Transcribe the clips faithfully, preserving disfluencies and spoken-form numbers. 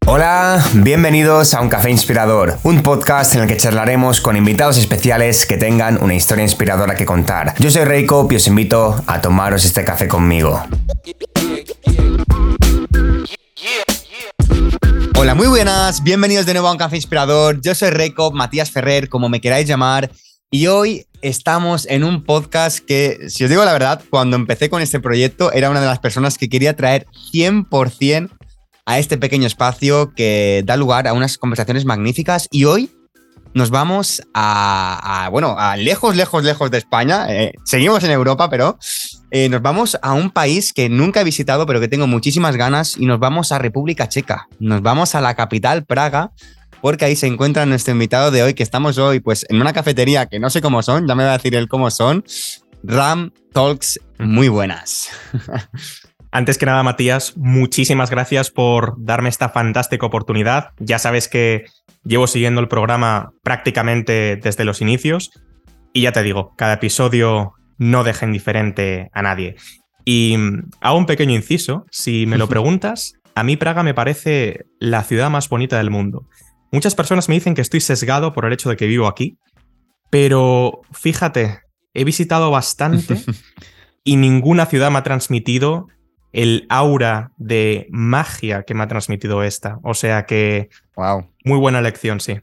Hola, bienvenidos a Un Café Inspirador, un podcast en el que charlaremos con invitados especiales que tengan una historia inspiradora que contar. Yo soy Reikop y os invito a tomaros este café conmigo. Hola, muy buenas, bienvenidos de nuevo a Un Café Inspirador. Yo soy Reikop, Matías Ferrer, como me queráis llamar, y hoy estamos en un podcast que, si os digo la verdad, cuando empecé con este proyecto era una de las personas que quería traer cien por ciento a este pequeño espacio que da lugar a unas conversaciones magníficas, y hoy nos vamos a, a bueno, a lejos, lejos, lejos de España. Eh, seguimos en Europa, pero eh, nos vamos a un país que nunca he visitado, pero que tengo muchísimas ganas, y nos vamos a República Checa. Nos vamos a la capital, Praga, porque ahí se encuentra nuestro invitado de hoy, que estamos hoy pues en una cafetería que no sé cómo son, ya me va a decir él cómo son. Ram Talks, muy buenas. Antes que nada, Matías, muchísimas gracias por darme esta fantástica oportunidad. Ya sabes que llevo siguiendo el programa prácticamente desde los inicios y ya te digo, cada episodio no deja indiferente a nadie. Y hago un pequeño inciso, si me lo preguntas, a mí Praga me parece la ciudad más bonita del mundo. Muchas personas me dicen que estoy sesgado por el hecho de que vivo aquí, pero fíjate, he visitado bastante y ninguna ciudad me ha transmitido el aura de magia que me ha transmitido esta. O sea que... Wow. Muy buena elección, sí.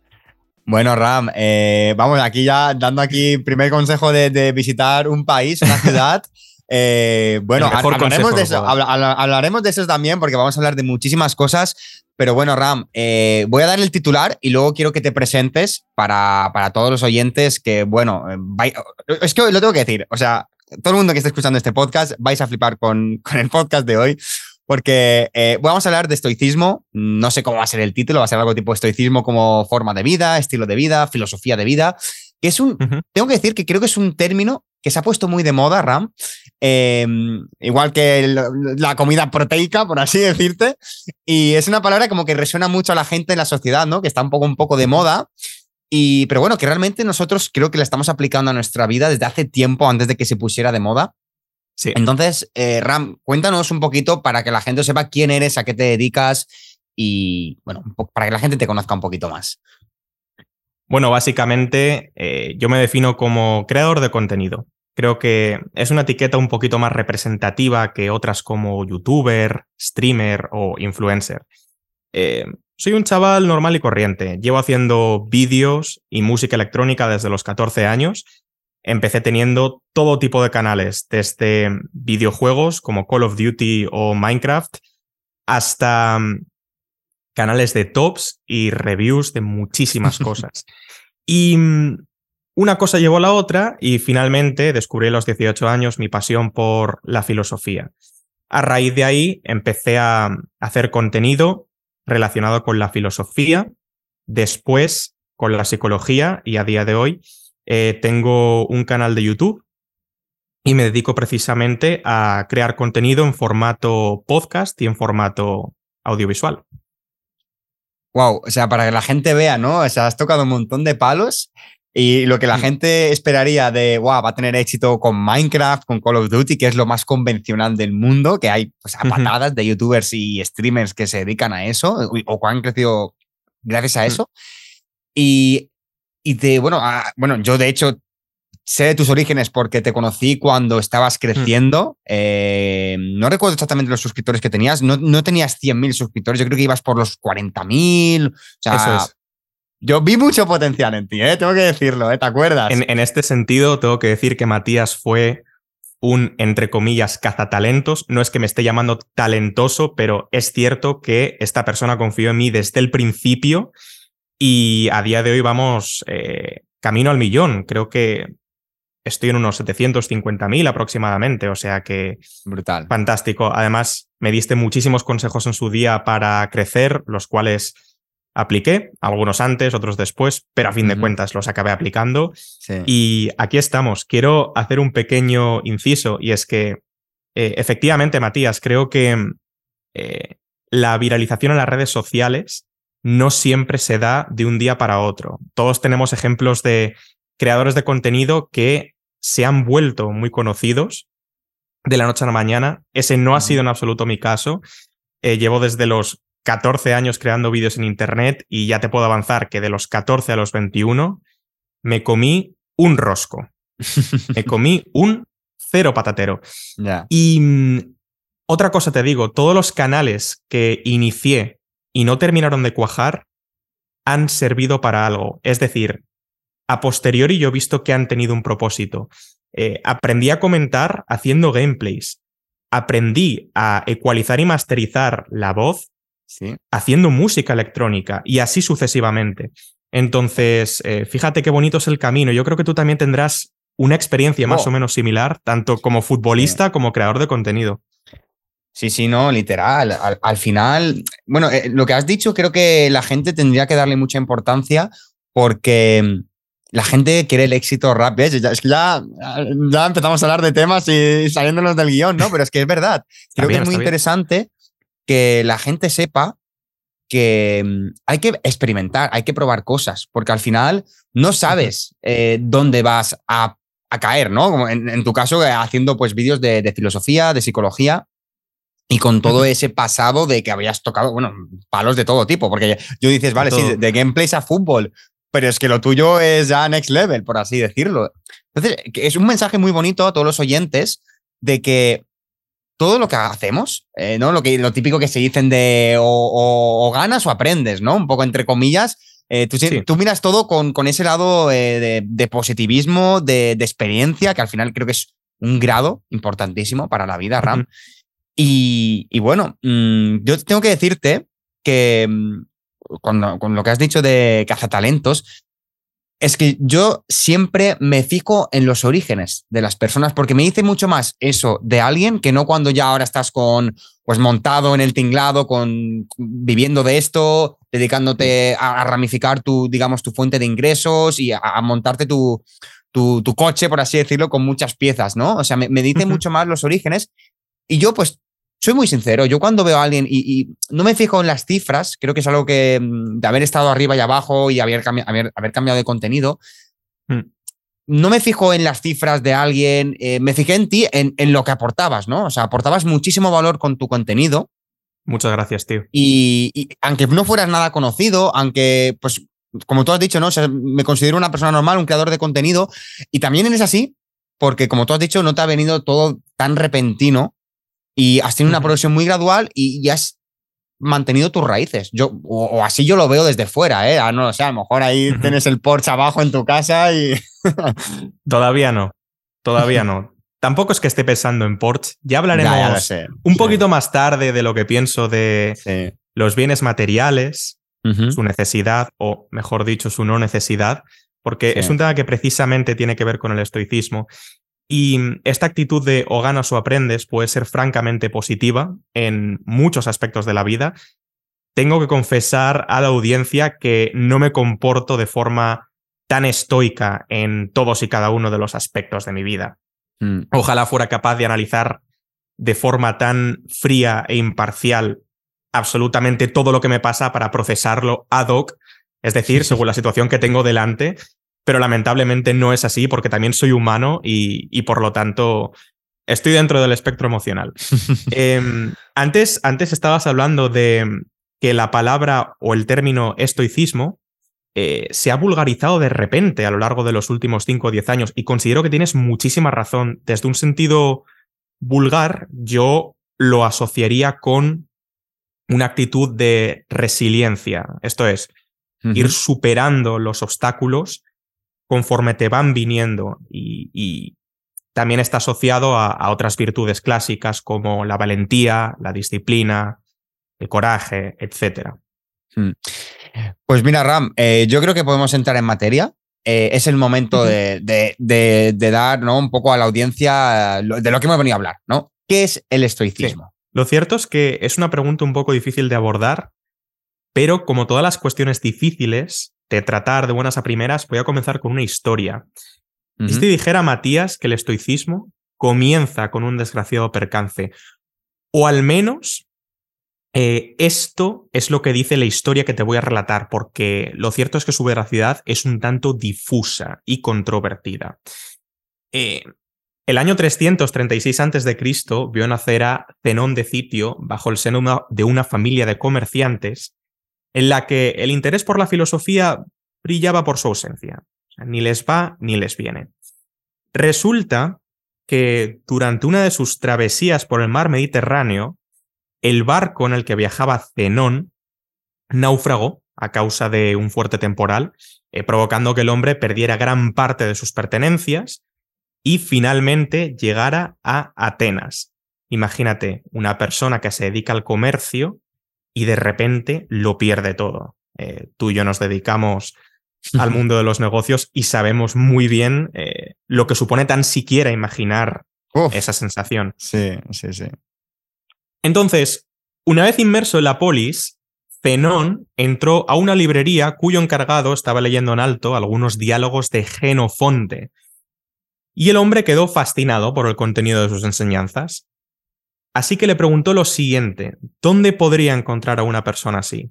Bueno, Ram, eh, vamos, aquí ya dando aquí primer consejo de, de visitar un país, una ciudad. Eh, bueno, hablaremos de eso, habla, habla, hablaremos de eso también, porque vamos a hablar de muchísimas cosas. Pero bueno, Ram, eh, voy a dar el titular y luego quiero que te presentes para, para todos los oyentes que, bueno, vai, es que lo tengo que decir, o sea, todo el mundo que esté escuchando este podcast vais a flipar con, con el podcast de hoy, porque eh, vamos a hablar de estoicismo. No sé cómo va a ser el título, va a ser algo tipo estoicismo como forma de vida, estilo de vida, filosofía de vida, que es un, uh-huh. tengo que decir que creo que es un término que se ha puesto muy de moda, Ram, eh, igual que el, la comida proteica, por así decirte, y es una palabra como que resuena mucho a la gente en la sociedad, ¿no? Que está un poco, un poco de moda. Y, pero bueno, que realmente nosotros creo que la estamos aplicando a nuestra vida desde hace tiempo, antes de que se pusiera de moda. Sí. Entonces, eh, Ram, cuéntanos un poquito para que la gente sepa quién eres, a qué te dedicas y, bueno, para que la gente te conozca un poquito más. Bueno, básicamente eh, yo me defino como creador de contenido. Creo que es una etiqueta un poquito más representativa que otras como youtuber, streamer o influencer. Eh, Soy un chaval normal y corriente. Llevo haciendo vídeos y música electrónica desde los catorce años. Empecé teniendo todo tipo de canales, desde videojuegos como Call of Duty o Minecraft, hasta canales de tops y reviews de muchísimas cosas. Y una cosa llevó a la otra y finalmente descubrí a los dieciocho años mi pasión por la filosofía. A raíz de ahí empecé a hacer contenido relacionado con la filosofía, después con la psicología, y a día de hoy eh, tengo un canal de YouTube y me dedico precisamente a crear contenido en formato podcast y en formato audiovisual. Wow, o sea, para que la gente vea, ¿no? O sea, has tocado un montón de palos y lo que la mm. gente esperaría de, wow, va a tener éxito con Minecraft, con Call of Duty, que es lo más convencional del mundo, que hay pues, a patadas de youtubers y streamers que se dedican a eso, o, o que han crecido gracias a eso. Mm. Y, y te, bueno, a, bueno, yo de hecho sé de tus orígenes porque te conocí cuando estabas creciendo. Mm. Eh, no recuerdo exactamente los suscriptores que tenías. No, no tenías cien mil suscriptores. Yo creo que ibas por los cuarenta mil. O sea, eso es. Yo vi mucho potencial en ti, ¿eh? Tengo que decirlo, ¿eh? ¿Te acuerdas? En, en este sentido, tengo que decir que Matías fue un, entre comillas, cazatalentos. No es que me esté llamando talentoso, pero es cierto que esta persona confió en mí desde el principio y a día de hoy vamos eh, camino al millón. Creo que estoy en unos setecientos cincuenta mil aproximadamente, o sea que... Brutal. Fantástico. Además, me diste muchísimos consejos en su día para crecer, los cuales apliqué, algunos antes, otros después, pero a fin uh-huh. de cuentas los acabé aplicando. Sí. Y aquí estamos. Quiero hacer un pequeño inciso, y es que eh, efectivamente, Matías, creo que eh, la viralización en las redes sociales no siempre se da de un día para otro. Todos tenemos ejemplos de creadores de contenido que se han vuelto muy conocidos de la noche a la mañana. Ese no uh-huh. ha sido en absoluto mi caso. Eh, llevo desde los catorce años creando vídeos en internet y ya te puedo avanzar que de los catorce a los veintiuno me comí un rosco. Me comí un cero patatero. Yeah. Y mm, otra cosa te digo, todos los canales que inicié y no terminaron de cuajar han servido para algo. Es decir, a posteriori yo he visto que han tenido un propósito. Eh, aprendí a comentar haciendo gameplays. Aprendí a ecualizar y masterizar la voz sí. haciendo música electrónica y así sucesivamente. Entonces, eh, fíjate qué bonito es el camino. Yo creo que tú también tendrás una experiencia oh. más o menos similar, tanto como futbolista sí. como creador de contenido. Sí, sí, no, literal. Al, al final, bueno, eh, lo que has dicho creo que la gente tendría que darle mucha importancia porque la gente quiere el éxito rápido. Es que ya, ya empezamos a hablar de temas y saliéndonos del guión, ¿no? Pero es que es verdad. Creo bien, que es muy interesante bien. que la gente sepa que hay que experimentar, hay que probar cosas, porque al final no sabes eh, dónde vas a, a caer, ¿no? Como en, en tu caso, haciendo pues vídeos de, de filosofía, de psicología, y con todo ese pasado de que habías tocado, bueno, palos de todo tipo, porque yo dices, vale, sí, de, de gameplays a fútbol, pero es que lo tuyo es ya next level, por así decirlo. Entonces, es un mensaje muy bonito a todos los oyentes de que todo lo que hacemos, eh, ¿no? Lo, que, lo típico que se dicen de o, o, o ganas o aprendes, ¿no? Un poco entre comillas. Eh, tú, sí. tú miras todo con, con ese lado eh, de, de positivismo, de, de experiencia, que al final creo que es un grado importantísimo para la vida, Ram. Uh-huh. Y, y bueno, mmm, yo tengo que decirte que mmm, con, con lo que has dicho de cazatalentos, es que yo siempre me fijo en los orígenes de las personas, porque me dice mucho más eso de alguien que no cuando ya ahora estás con, pues montado en el tinglado, con, viviendo de esto, dedicándote a, a ramificar tu, digamos, tu fuente de ingresos y a, a montarte tu, tu, tu coche, por así decirlo, con muchas piezas, ¿no? O sea, me, me dice uh-huh. mucho más los orígenes. Y yo, pues, soy muy sincero. Yo cuando veo a alguien y, y no me fijo en las cifras, creo que es algo que de haber estado arriba y abajo y haber, cambi- haber, haber cambiado de contenido, mm. no me fijo en las cifras de alguien, eh, me fijé en ti, en, en lo que aportabas, ¿no? O sea, aportabas muchísimo valor con tu contenido. Muchas gracias, tío. Y, y aunque no fueras nada conocido, aunque, pues, como tú has dicho, ¿no? O sea, me considero una persona normal, un creador de contenido. Y también eres así, porque como tú has dicho, no te ha venido todo tan repentino. Y has tenido una progresión muy gradual y, y has mantenido tus raíces. Yo, o, o así yo lo veo desde fuera, ¿eh? No lo sé, a lo mejor ahí uh-huh. tienes el Porsche abajo en tu casa y... Todavía no, todavía no. Tampoco es que esté pensando en Porsche. Ya hablaremos ya, ya lo sé. un sí. poquito más tarde de lo que pienso de sí. los bienes materiales, uh-huh. su necesidad, o mejor dicho, su no necesidad, porque sí. es un tema que precisamente tiene que ver con el estoicismo. Y esta actitud de o ganas o aprendes puede ser francamente positiva en muchos aspectos de la vida. Tengo que confesar a la audiencia que no me comporto de forma tan estoica en todos y cada uno de los aspectos de mi vida. Mm. Ojalá fuera capaz de analizar de forma tan fría e imparcial absolutamente todo lo que me pasa para procesarlo ad hoc, es decir, según la situación que tengo delante. Pero lamentablemente no es así porque también soy humano y, y por lo tanto estoy dentro del espectro emocional. eh, antes, antes estabas hablando de que la palabra o el término estoicismo eh, se ha vulgarizado de repente a lo largo de los últimos cinco o diez años y considero que tienes muchísima razón. Desde un sentido vulgar, yo lo asociaría con una actitud de resiliencia. Esto es, uh-huh. ir superando los obstáculos conforme te van viniendo y, y también está asociado a, a otras virtudes clásicas como la valentía, la disciplina, el coraje, etcétera. Pues mira, Ram, eh, yo creo que podemos entrar en materia. Eh, es el momento uh-huh. de, de, de, de dar, ¿no?, un poco a la audiencia de lo que hemos venido a hablar, ¿no? ¿Qué es el estoicismo? Sí. Lo cierto es que es una pregunta un poco difícil de abordar, pero como todas las cuestiones difíciles de tratar de buenas a primeras, voy a comenzar con una historia. Uh-huh. Si te dijera, Matías, que el estoicismo comienza con un desgraciado percance, o al menos eh, esto es lo que dice la historia que te voy a relatar, porque lo cierto es que su veracidad es un tanto difusa y controvertida. Eh, El año trescientos treinta y seis antes de Cristo vio nacer a Zenón de Citio bajo el seno de una familia de comerciantes en la que el interés por la filosofía brillaba por su ausencia. O sea, ni les va ni les viene. Resulta que durante una de sus travesías por el mar Mediterráneo, el barco en el que viajaba Zenón naufragó a causa de un fuerte temporal, eh, provocando que el hombre perdiera gran parte de sus pertenencias y finalmente llegara a Atenas. Imagínate, una persona que se dedica al comercio y de repente lo pierde todo. Eh, tú y yo nos dedicamos al mundo de los negocios y sabemos muy bien eh, lo que supone tan siquiera imaginar Uf, esa sensación. Sí, sí, sí. Entonces, una vez inmerso en la polis, Zenón entró a una librería cuyo encargado estaba leyendo en alto algunos diálogos de Jenofonte. Y el hombre quedó fascinado por el contenido de sus enseñanzas. Así que le preguntó lo siguiente: ¿dónde podría encontrar a una persona así?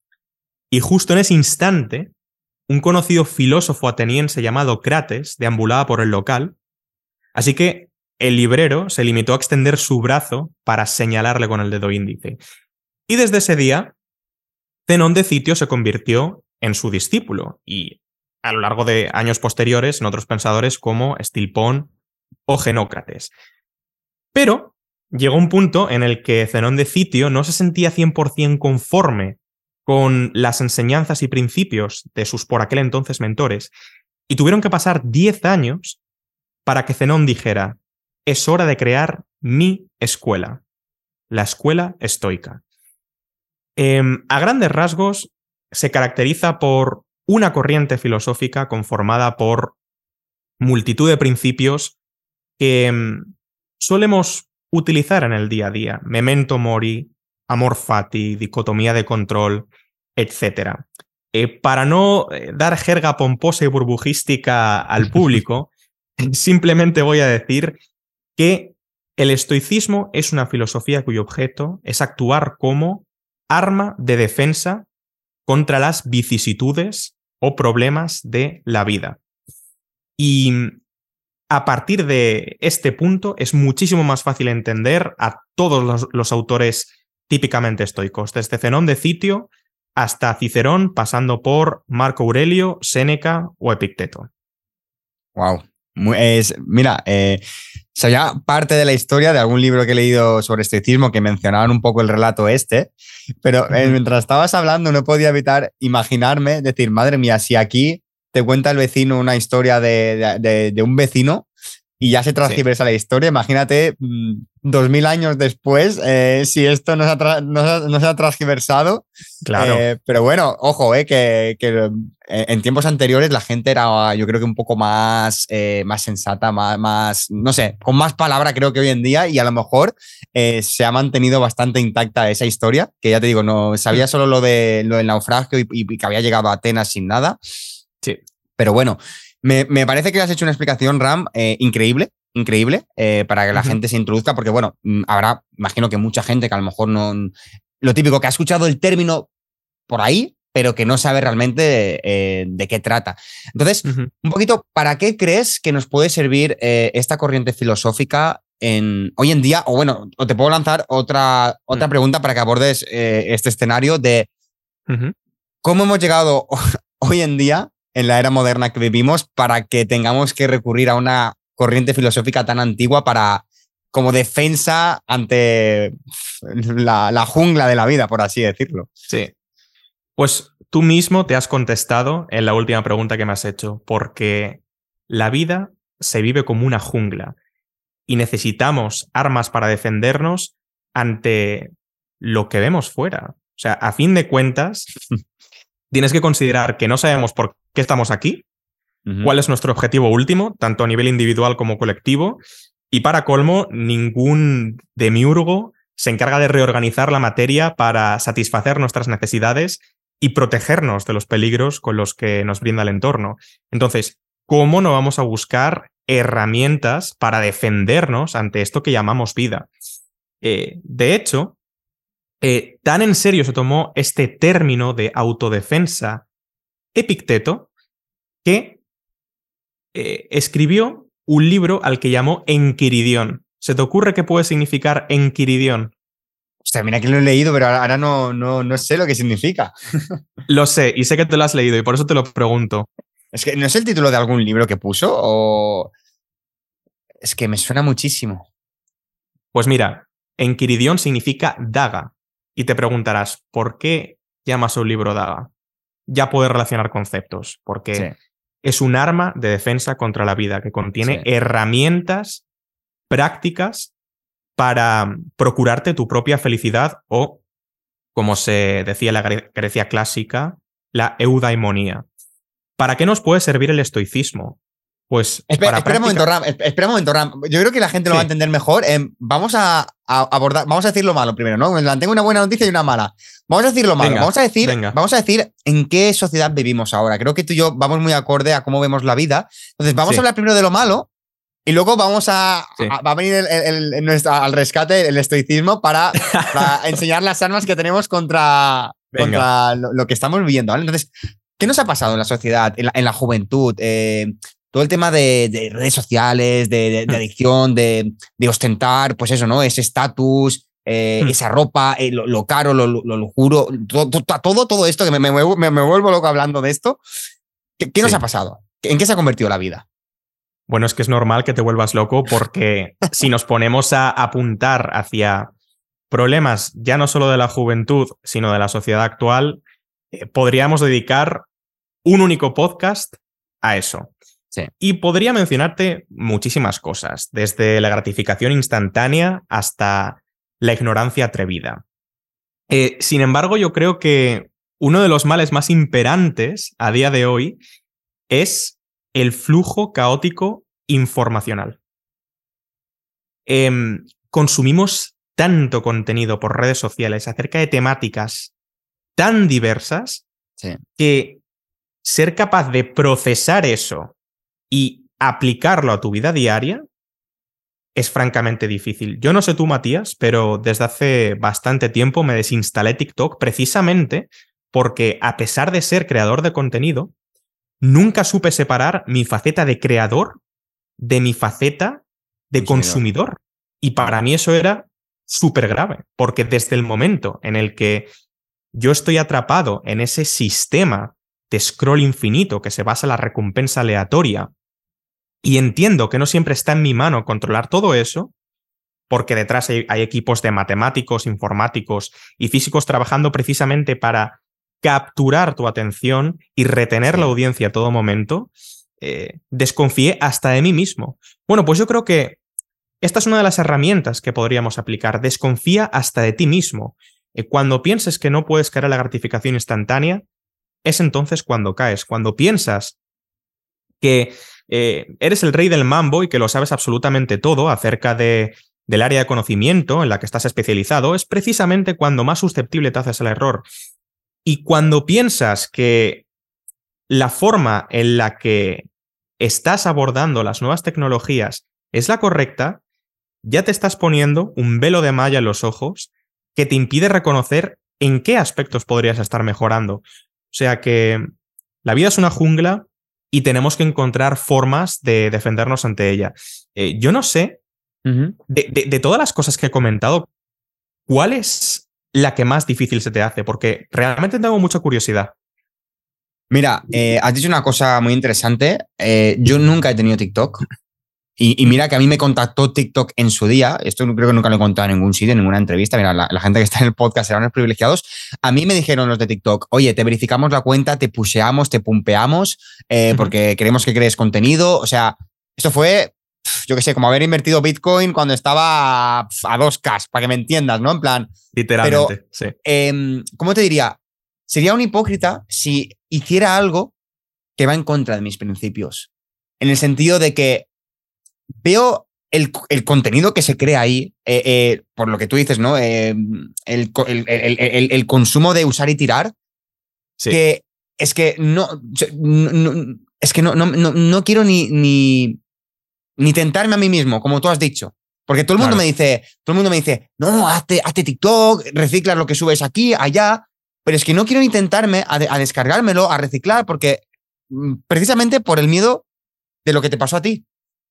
Y justo en ese instante, un conocido filósofo ateniense llamado Crates deambulaba por el local, así que el librero se limitó a extender su brazo para señalarle con el dedo índice. Y desde ese día, Zenón de Citio se convirtió en su discípulo y a lo largo de años posteriores en otros pensadores como Estilpón o Genócrates. Pero llegó un punto en el que Zenón de Citio no se sentía cien por ciento conforme con las enseñanzas y principios de sus por aquel entonces mentores, y tuvieron que pasar diez años para que Zenón dijera: es hora de crear mi escuela, la escuela estoica. Eh, a grandes rasgos, se caracteriza por una corriente filosófica conformada por multitud de principios que eh, solemos utilizar en el día a día. Memento mori, amor fati, dicotomía de control, etcétera. Eh, para no eh, dar jerga pomposa y burbujística al público, simplemente voy a decir que el estoicismo es una filosofía cuyo objeto es actuar como arma de defensa contra las vicisitudes o problemas de la vida. Y a partir de este punto es muchísimo más fácil entender a todos los, los autores típicamente estoicos, desde Zenón de Citio hasta Cicerón, pasando por Marco Aurelio, Séneca o Epicteto. Wow. Muy, es, mira, eh, sabía parte de la historia de algún libro que he leído sobre estoicismo que mencionaban un poco el relato este, pero eh, mientras estabas hablando no podía evitar imaginarme, decir, madre mía, si aquí te cuenta el vecino una historia de, de, de un vecino y ya se transgiversa sí. la historia, imagínate dos mil años después eh, si esto no se ha, tra no, no se ha transgiversado. Claro. Eh, pero bueno, ojo, eh, que, que en tiempos anteriores la gente era, yo creo que un poco más, eh, más sensata, más, más, no sé, con más palabra creo que hoy en día, y a lo mejor eh, se ha mantenido bastante intacta esa historia, que ya te digo, no sabía solo lo, de, lo del naufragio y, y que había llegado a Atenas sin nada. Sí. Pero bueno, me, me parece que has hecho una explicación, Ram, eh, increíble, increíble, eh, para que la uh-huh. gente se introduzca, porque bueno, habrá, imagino que mucha gente que a lo mejor no, lo típico, que ha escuchado el término por ahí, pero que no sabe realmente eh, de qué trata. Entonces, uh-huh. un poquito, ¿para qué crees que nos puede servir eh, esta corriente filosófica en, hoy en día? O bueno, o te puedo lanzar otra, otra uh-huh. pregunta para que abordes eh, este escenario de uh-huh. cómo hemos llegado hoy en día, en la era moderna que vivimos, para que tengamos que recurrir a una corriente filosófica tan antigua para, como defensa ante la, la jungla de la vida, por así decirlo. Sí. Pues tú mismo te has contestado en la última pregunta que me has hecho, porque la vida se vive como una jungla y necesitamos armas para defendernos ante lo que vemos fuera. O sea, a fin de cuentas, tienes que considerar que no sabemos por qué estamos aquí, uh-huh. cuál es nuestro objetivo último, tanto a nivel individual como colectivo, y para colmo, ningún demiurgo se encarga de reorganizar la materia para satisfacer nuestras necesidades y protegernos de los peligros con los que nos brinda el entorno. Entonces, ¿cómo no vamos a buscar herramientas para defendernos ante esto que llamamos vida? Eh, de hecho, eh, tan en serio se tomó este término de autodefensa Epicteto, que eh, escribió un libro al que llamó Enquiridión. ¿Se te ocurre qué puede significar Enquiridión? O sea, mira que lo he leído, pero ahora no, no, no sé lo que significa. Lo sé, y sé que te lo has leído, y por eso te lo pregunto. Es que no es el título de algún libro que puso, o... Es que me suena muchísimo. Pues mira, Enquiridión significa daga. Y te preguntarás, ¿por qué llamas a un libro daga? Ya puedes relacionar conceptos, porque sí. Es un arma de defensa contra la vida que contiene sí. herramientas prácticas para procurarte tu propia felicidad o, como se decía en la Grecia clásica, la eudaimonía. ¿Para qué nos puede servir el estoicismo? Pues espera, para espera, práctica... un momento, Ram, espera un momento, Ram. Yo creo que la gente lo sí. va a entender mejor. Eh, vamos a, a abordar, vamos a decir lo malo primero, ¿no? Tengo una buena noticia y una mala. Vamos a decir lo malo. Venga, vamos a decir, venga. vamos a decir en qué sociedad vivimos ahora. Creo que tú y yo vamos muy acorde a cómo vemos la vida. Entonces, vamos sí. a hablar primero de lo malo y luego vamos a, sí. a va a venir el, el, el, nuestro, al rescate el estoicismo para, para enseñar las armas que tenemos contra, contra lo, lo que estamos viviendo, ¿vale? Entonces, ¿qué nos ha pasado en la sociedad, en la, en la juventud? Eh, todo el tema de, de redes sociales, de, de, de adicción, de, de ostentar, pues eso, ¿no? Ese estatus, eh, hmm. esa ropa, eh, lo, lo caro, lo, lo, lo juro, todo, todo, todo esto, que me, me, me, me vuelvo loco hablando de esto. ¿Qué, qué nos sí. ha pasado? ¿En qué se ha convertido la vida? Bueno, es que es normal que te vuelvas loco porque si nos ponemos a apuntar hacia problemas ya no solo de la juventud, sino de la sociedad actual, eh, podríamos dedicar un único podcast a eso. Sí. Y podría mencionarte muchísimas cosas, desde la gratificación instantánea hasta la ignorancia atrevida. Eh, sin embargo, yo creo que uno de los males más imperantes a día de hoy es el flujo caótico informacional. Eh, consumimos tanto contenido por redes sociales acerca de temáticas tan diversas sí. que ser capaz de procesar eso y aplicarlo a tu vida diaria es francamente difícil. Yo no sé tú, Matías, pero desde hace bastante tiempo me desinstalé TikTok precisamente porque, a pesar de ser creador de contenido, nunca supe separar mi faceta de creador de mi faceta de consumidor. consumidor. Y para mí eso era súper grave, porque desde el momento en el que yo estoy atrapado en ese sistema de scroll infinito que se basa en la recompensa aleatoria y entiendo que no siempre está en mi mano controlar todo eso, porque detrás hay, hay equipos de matemáticos, informáticos y físicos trabajando precisamente para capturar tu atención y retener sí. la audiencia a todo momento, eh, desconfié hasta de mí mismo. Bueno, pues yo creo que esta es una de las herramientas que podríamos aplicar. Desconfía hasta de ti mismo. Eh, cuando pienses que no puedes caer a la gratificación instantánea, es entonces cuando caes. Cuando piensas que eh, eres el rey del mambo y que lo sabes absolutamente todo acerca de, del área de conocimiento en la que estás especializado, es precisamente cuando más susceptible te haces al error. Y cuando piensas que la forma en la que estás abordando las nuevas tecnologías es la correcta, ya te estás poniendo un velo de malla en los ojos que te impide reconocer en qué aspectos podrías estar mejorando. O sea que la vida es una jungla y tenemos que encontrar formas de defendernos ante ella. Eh, yo no sé, uh-huh. de, de, de todas las cosas que he comentado, ¿cuál es la que más difícil se te hace? Porque realmente tengo mucha curiosidad. Mira, eh, has dicho una cosa muy interesante. Eh, yo nunca he tenido TikTok. Y, y mira que a mí me contactó TikTok en su día. Esto creo que nunca lo he contado en ningún sitio, en ninguna entrevista. Mira, la, la gente que está en el podcast serán los privilegiados. A mí me dijeron los de TikTok, oye, te verificamos la cuenta, te pusheamos, te pumpeamos, eh, uh-huh. porque queremos que crees contenido. O sea, esto fue, yo qué sé, como haber invertido Bitcoin cuando estaba a, a dos K, para que me entiendas, ¿no? En plan. Literalmente, pero, sí. Eh, ¿cómo te diría? Sería un hipócrita si hiciera algo que va en contra de mis principios. En el sentido de que veo el, el contenido que se crea ahí, eh, eh, por lo que tú dices, ¿no? Eh, el, el, el, el, el consumo de usar y tirar, sí. que es que no, no es que no, no, no, no quiero ni, ni, ni tentarme a mí mismo, como tú has dicho. Porque todo el mundo claro. me dice, todo el mundo me dice, no, hazte, hazte TikTok, recicla lo que subes aquí, allá. Pero es que no quiero intentarme a, de, a descargármelo, a reciclar, porque precisamente por el miedo de lo que te pasó a ti.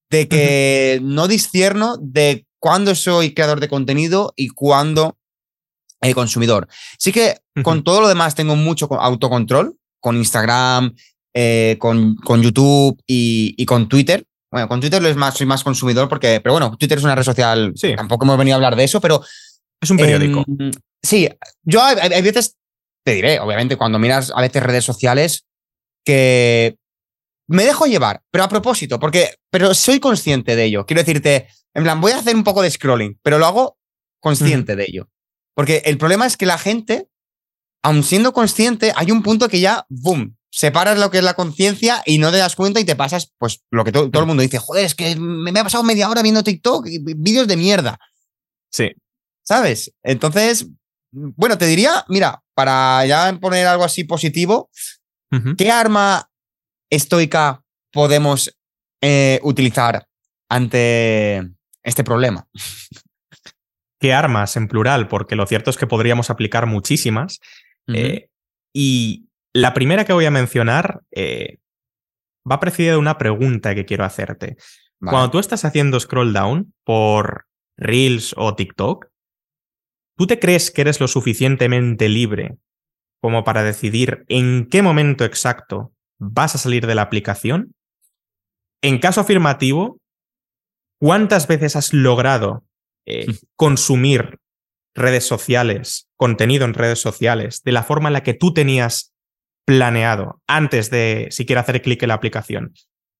de que uh-huh. no discierno de cuándo soy creador de contenido y cuándo eh, consumidor. Sí que uh-huh. con todo lo demás tengo mucho autocontrol, con Instagram, eh, con, con YouTube y, y con Twitter. Bueno, con Twitter es más, soy más consumidor porque, pero bueno, Twitter es una red social, sí. tampoco hemos venido a hablar de eso, pero... Es un periódico. Eh, sí, yo hay, hay veces, te diré, obviamente, cuando miras a veces redes sociales, que me dejo llevar, pero a propósito, porque, pero soy consciente de ello. Quiero decirte, en plan, voy a hacer un poco de scrolling, pero lo hago consciente uh-huh. de ello. Porque el problema es que la gente, aun siendo consciente, hay un punto que ya, boom, separas lo que es la conciencia y no te das cuenta y te pasas, pues, lo que to- todo el mundo dice, joder, es que me, me ha pasado media hora viendo TikTok y vídeos de mierda. Sí. ¿Sabes? Entonces, bueno, te diría, mira, para ya poner algo así positivo, uh-huh. ¿qué arma estoica podemos eh, utilizar ante este problema? ¿Qué armas en plural? Porque lo cierto es que podríamos aplicar muchísimas. Uh-huh. Eh, y la primera que voy a mencionar eh, va precedida de una pregunta que quiero hacerte. Vale. Cuando tú estás haciendo scroll down por Reels o TikTok, ¿tú te crees que eres lo suficientemente libre como para decidir en qué momento exacto vas a salir de la aplicación? En caso afirmativo, ¿cuántas veces has logrado eh, consumir redes sociales, contenido en redes sociales, de la forma en la que tú tenías planeado antes de siquiera hacer clic en la aplicación?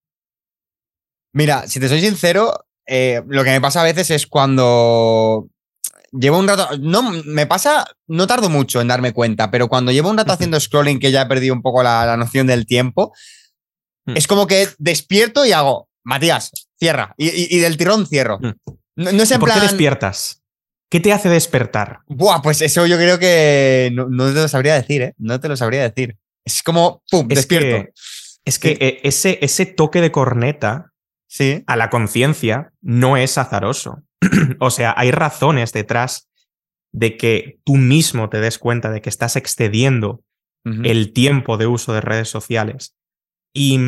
Mira, si te soy sincero, eh, lo que me pasa a veces es cuando llevo un rato, no me pasa, no tardo mucho en darme cuenta, pero cuando llevo un rato haciendo scrolling que ya he perdido un poco la, la noción del tiempo, es como que despierto y hago, Matías, cierra, y, y, y del tirón cierro. No, no es en ¿Por plan... qué despiertas? ¿Qué te hace despertar? Buah, pues eso yo creo que no, no te lo sabría decir, ¿eh? No te lo sabría decir. Es como, pum, es despierto. Que, es que sí. ese, ese toque de corneta sí. a la conciencia no es azaroso. O sea, hay razones detrás de que tú mismo te des cuenta de que estás excediendo uh-huh. el tiempo de uso de redes sociales. Y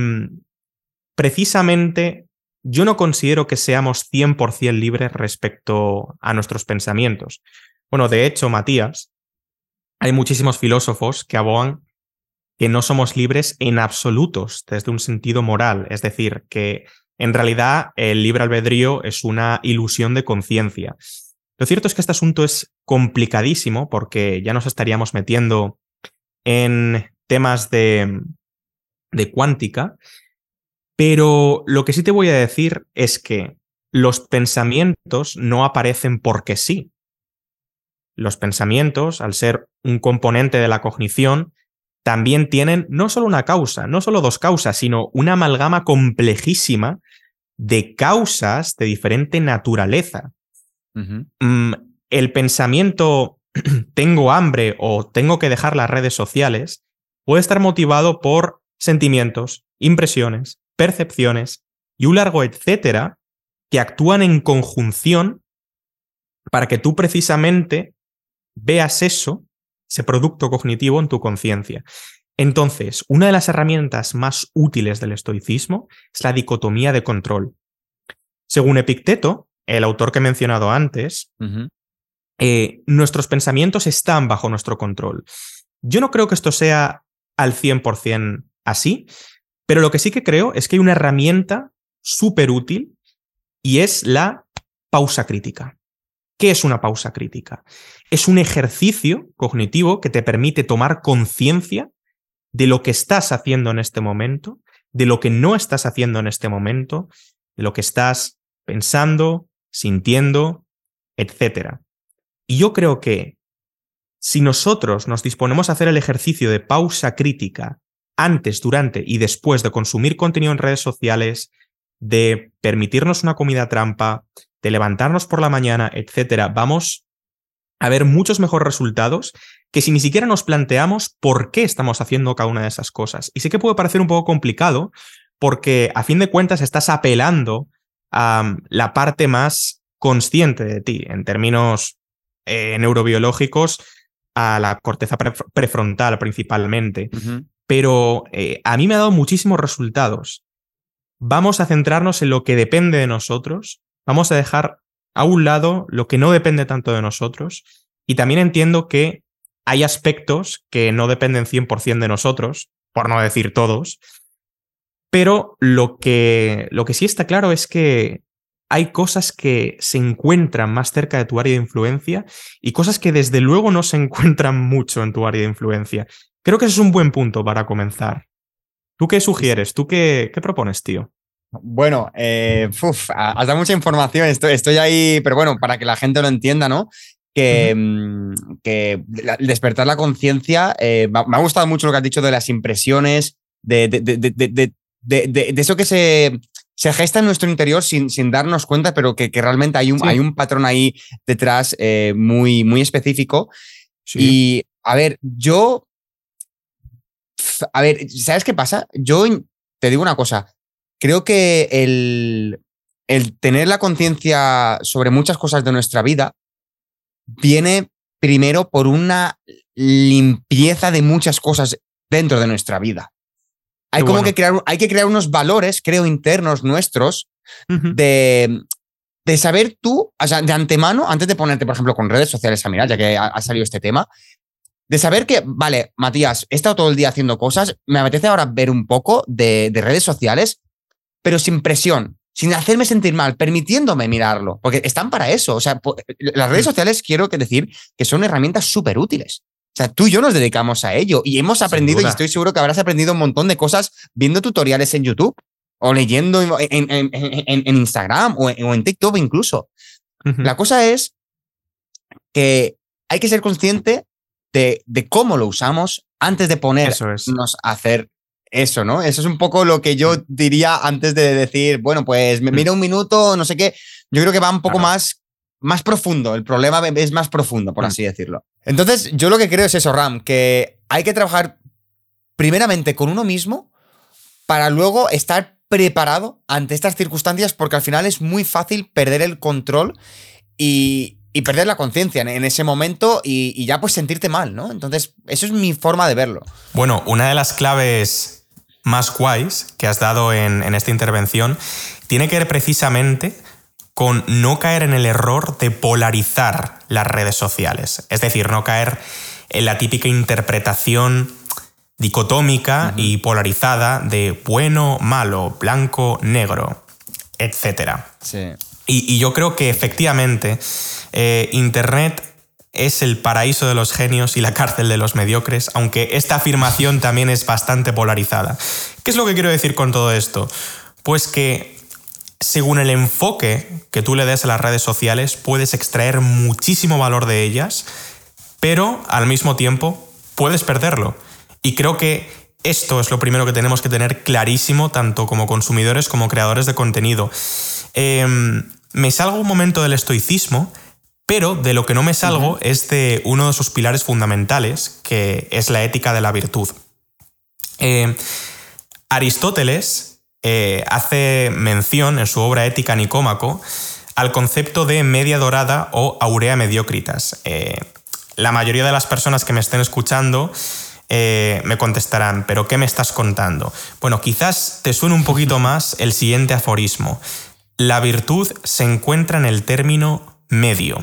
precisamente yo no considero que seamos cien por ciento libres respecto a nuestros pensamientos. Bueno, de hecho, Matías, hay muchísimos filósofos que abogan que no somos libres en absolutos desde un sentido moral. Es decir, que en realidad el libre albedrío es una ilusión de conciencia. Lo cierto es que este asunto es complicadísimo porque ya nos estaríamos metiendo en temas de, de cuántica, pero lo que sí te voy a decir es que los pensamientos no aparecen porque sí. Los pensamientos, al ser un componente de la cognición, también tienen no solo una causa, no solo dos causas, sino una amalgama complejísima de causas de diferente naturaleza. Uh-huh. Mm, el pensamiento tengo hambre o tengo que dejar las redes sociales puede estar motivado por sentimientos, impresiones, percepciones y un largo etcétera que actúan en conjunción para que tú precisamente veas eso, ese producto cognitivo en tu conciencia. Entonces, una de las herramientas más útiles del estoicismo es la dicotomía de control. Según Epicteto, el autor que he mencionado antes, uh-huh. eh, nuestros pensamientos están bajo nuestro control. Yo no creo que esto sea al cien por ciento así, pero lo que sí que creo es que hay una herramienta súper útil y es la pausa crítica. ¿Qué es una pausa crítica? Es un ejercicio cognitivo que te permite tomar conciencia de lo que estás haciendo en este momento, de lo que no estás haciendo en este momento, de lo que estás pensando, sintiendo, etcétera. Y yo creo que si nosotros nos disponemos a hacer el ejercicio de pausa crítica antes, durante y después de consumir contenido en redes sociales, de permitirnos una comida trampa, de levantarnos por la mañana, etcétera, vamos a ver muchos mejores resultados que si ni siquiera nos planteamos por qué estamos haciendo cada una de esas cosas. Y sí que puede parecer un poco complicado porque a fin de cuentas estás apelando a um, la parte más consciente de ti, en términos eh, neurobiológicos, a la corteza pre- prefrontal principalmente. Uh-huh. Pero eh, a mí me ha dado muchísimos resultados vamos a centrarnos en lo que depende de nosotros, vamos a dejar a un lado lo que no depende tanto de nosotros, y también entiendo que hay aspectos que no dependen cien por ciento de nosotros, por no decir todos, pero lo que, lo que sí está claro es que hay cosas que se encuentran más cerca de tu área de influencia y cosas que desde luego no se encuentran mucho en tu área de influencia. Creo que ese es un buen punto para comenzar. ¿Tú qué sugieres? ¿Tú qué, qué propones, tío? Bueno, eh, uf, has dado mucha información, estoy, estoy ahí, pero bueno, para que la gente lo entienda, ¿no? Que, uh-huh. que despertar la conciencia, eh, me ha gustado mucho lo que has dicho de las impresiones, de, de, de, de, de, de, de, de eso que se... se gesta en nuestro interior sin, sin darnos cuenta, pero que, que realmente hay un, sí. hay un patrón ahí detrás eh, muy, muy específico. Sí. Y, a ver, yo... A ver, ¿sabes qué pasa? Yo te digo una cosa. Creo que el, el tener la conciencia sobre muchas cosas de nuestra vida viene primero por una limpieza de muchas cosas dentro de nuestra vida. Hay, como bueno. que crear, hay que crear unos valores, creo, internos nuestros uh-huh. de, de saber tú, o sea, de antemano, antes de ponerte, por ejemplo, con redes sociales a mirar, ya que ha, ha salido este tema, de saber que, vale, Matías, he estado todo el día haciendo cosas, me apetece ahora ver un poco de, de redes sociales, pero sin presión, sin hacerme sentir mal, permitiéndome mirarlo, porque están para eso. O sea, las redes sociales, quiero decir que son herramientas súper útiles. O sea, tú y yo nos dedicamos a ello y hemos aprendido, y estoy seguro que habrás aprendido un montón de cosas viendo tutoriales en YouTube o leyendo en, en, en, en Instagram o en, o en TikTok incluso. Uh-huh. La cosa es que hay que ser consciente de, de cómo lo usamos antes de ponernos es. a hacer eso, ¿no? Eso es un poco lo que yo diría antes de decir, bueno, pues me mira un minuto, no sé qué. Yo creo que va un poco claro. más... más profundo, el problema es más profundo, por así decirlo. Entonces, yo lo que creo es eso, Ram, que hay que trabajar primeramente con uno mismo para luego estar preparado ante estas circunstancias, porque al final es muy fácil perder el control y, y perder la conciencia en, en ese momento y, y ya pues sentirte mal, ¿no? Entonces, eso es mi forma de verlo. Bueno, una de las claves más guays que has dado en, en esta intervención tiene que ver precisamente con no caer en el error de polarizar las redes sociales. Es decir, no caer en la típica interpretación dicotómica uh-huh. y polarizada de bueno, malo, blanco, negro, etcétera. Sí. Y, y yo creo que efectivamente eh, Internet es el paraíso de los genios y la cárcel de los mediocres, aunque esta afirmación también es bastante polarizada. ¿Qué es lo que quiero decir con todo esto? Pues que según el enfoque que tú le des a las redes sociales, puedes extraer muchísimo valor de ellas, pero al mismo tiempo puedes perderlo. Y creo que esto es lo primero que tenemos que tener clarísimo, tanto como consumidores como creadores de contenido. Eh, me salgo un momento del estoicismo, pero de lo que no me salgo uh-huh. es de uno de sus pilares fundamentales, que es la ética de la virtud. Eh, Aristóteles Eh, hace mención en su obra Ética Nicómaco al concepto de media dorada o aurea mediocritas. Eh, la mayoría de las personas que me estén escuchando eh, me contestarán, ¿pero qué me estás contando? Bueno, quizás te suene un poquito más el siguiente aforismo. La virtud se encuentra en el término medio.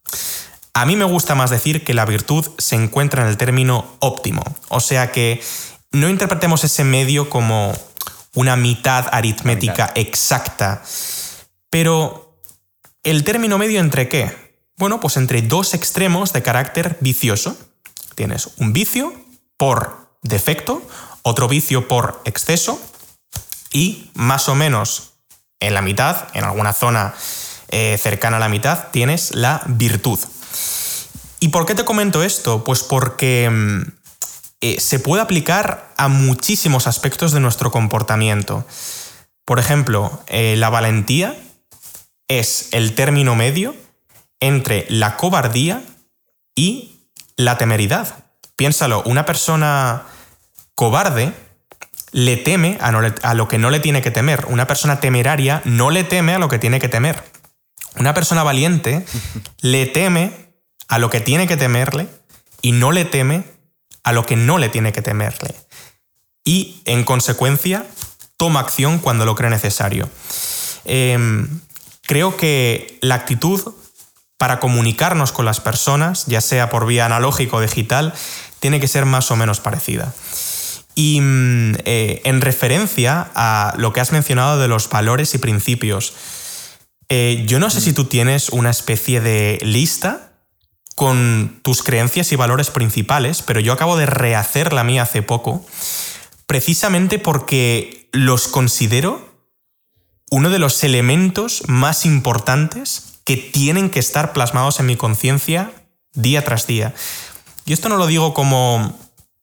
A mí me gusta más decir que la virtud se encuentra en el término óptimo. O sea que no interpretemos ese medio como una mitad aritmética mitad. exacta. Pero, ¿el término medio entre qué? Bueno, pues entre dos extremos de carácter vicioso. Tienes un vicio por defecto, otro vicio por exceso y más o menos en la mitad, en alguna zona eh, cercana a la mitad, tienes la virtud. ¿Y por qué te comento esto? Pues porque Eh, se puede aplicar a muchísimos aspectos de nuestro comportamiento. Por ejemplo, eh, la valentía es el término medio entre la cobardía y la temeridad. Piénsalo, una persona cobarde le teme a, no le, a lo que no le tiene que temer. Una persona temeraria no le teme a lo que tiene que temer. Una persona valiente le teme a lo que tiene que temerle y no le teme a lo que no le tiene que temerle. Y, en consecuencia, toma acción cuando lo cree necesario. Eh, creo que la actitud para comunicarnos con las personas, ya sea por vía analógica o digital, tiene que ser más o menos parecida. Y eh, en referencia a lo que has mencionado de los valores y principios, eh, yo no sé si tú tienes una especie de lista con tus creencias y valores principales, pero yo acabo de rehacer la mía hace poco, precisamente porque los considero uno de los elementos más importantes que tienen que estar plasmados en mi conciencia día tras día. Y esto no lo digo como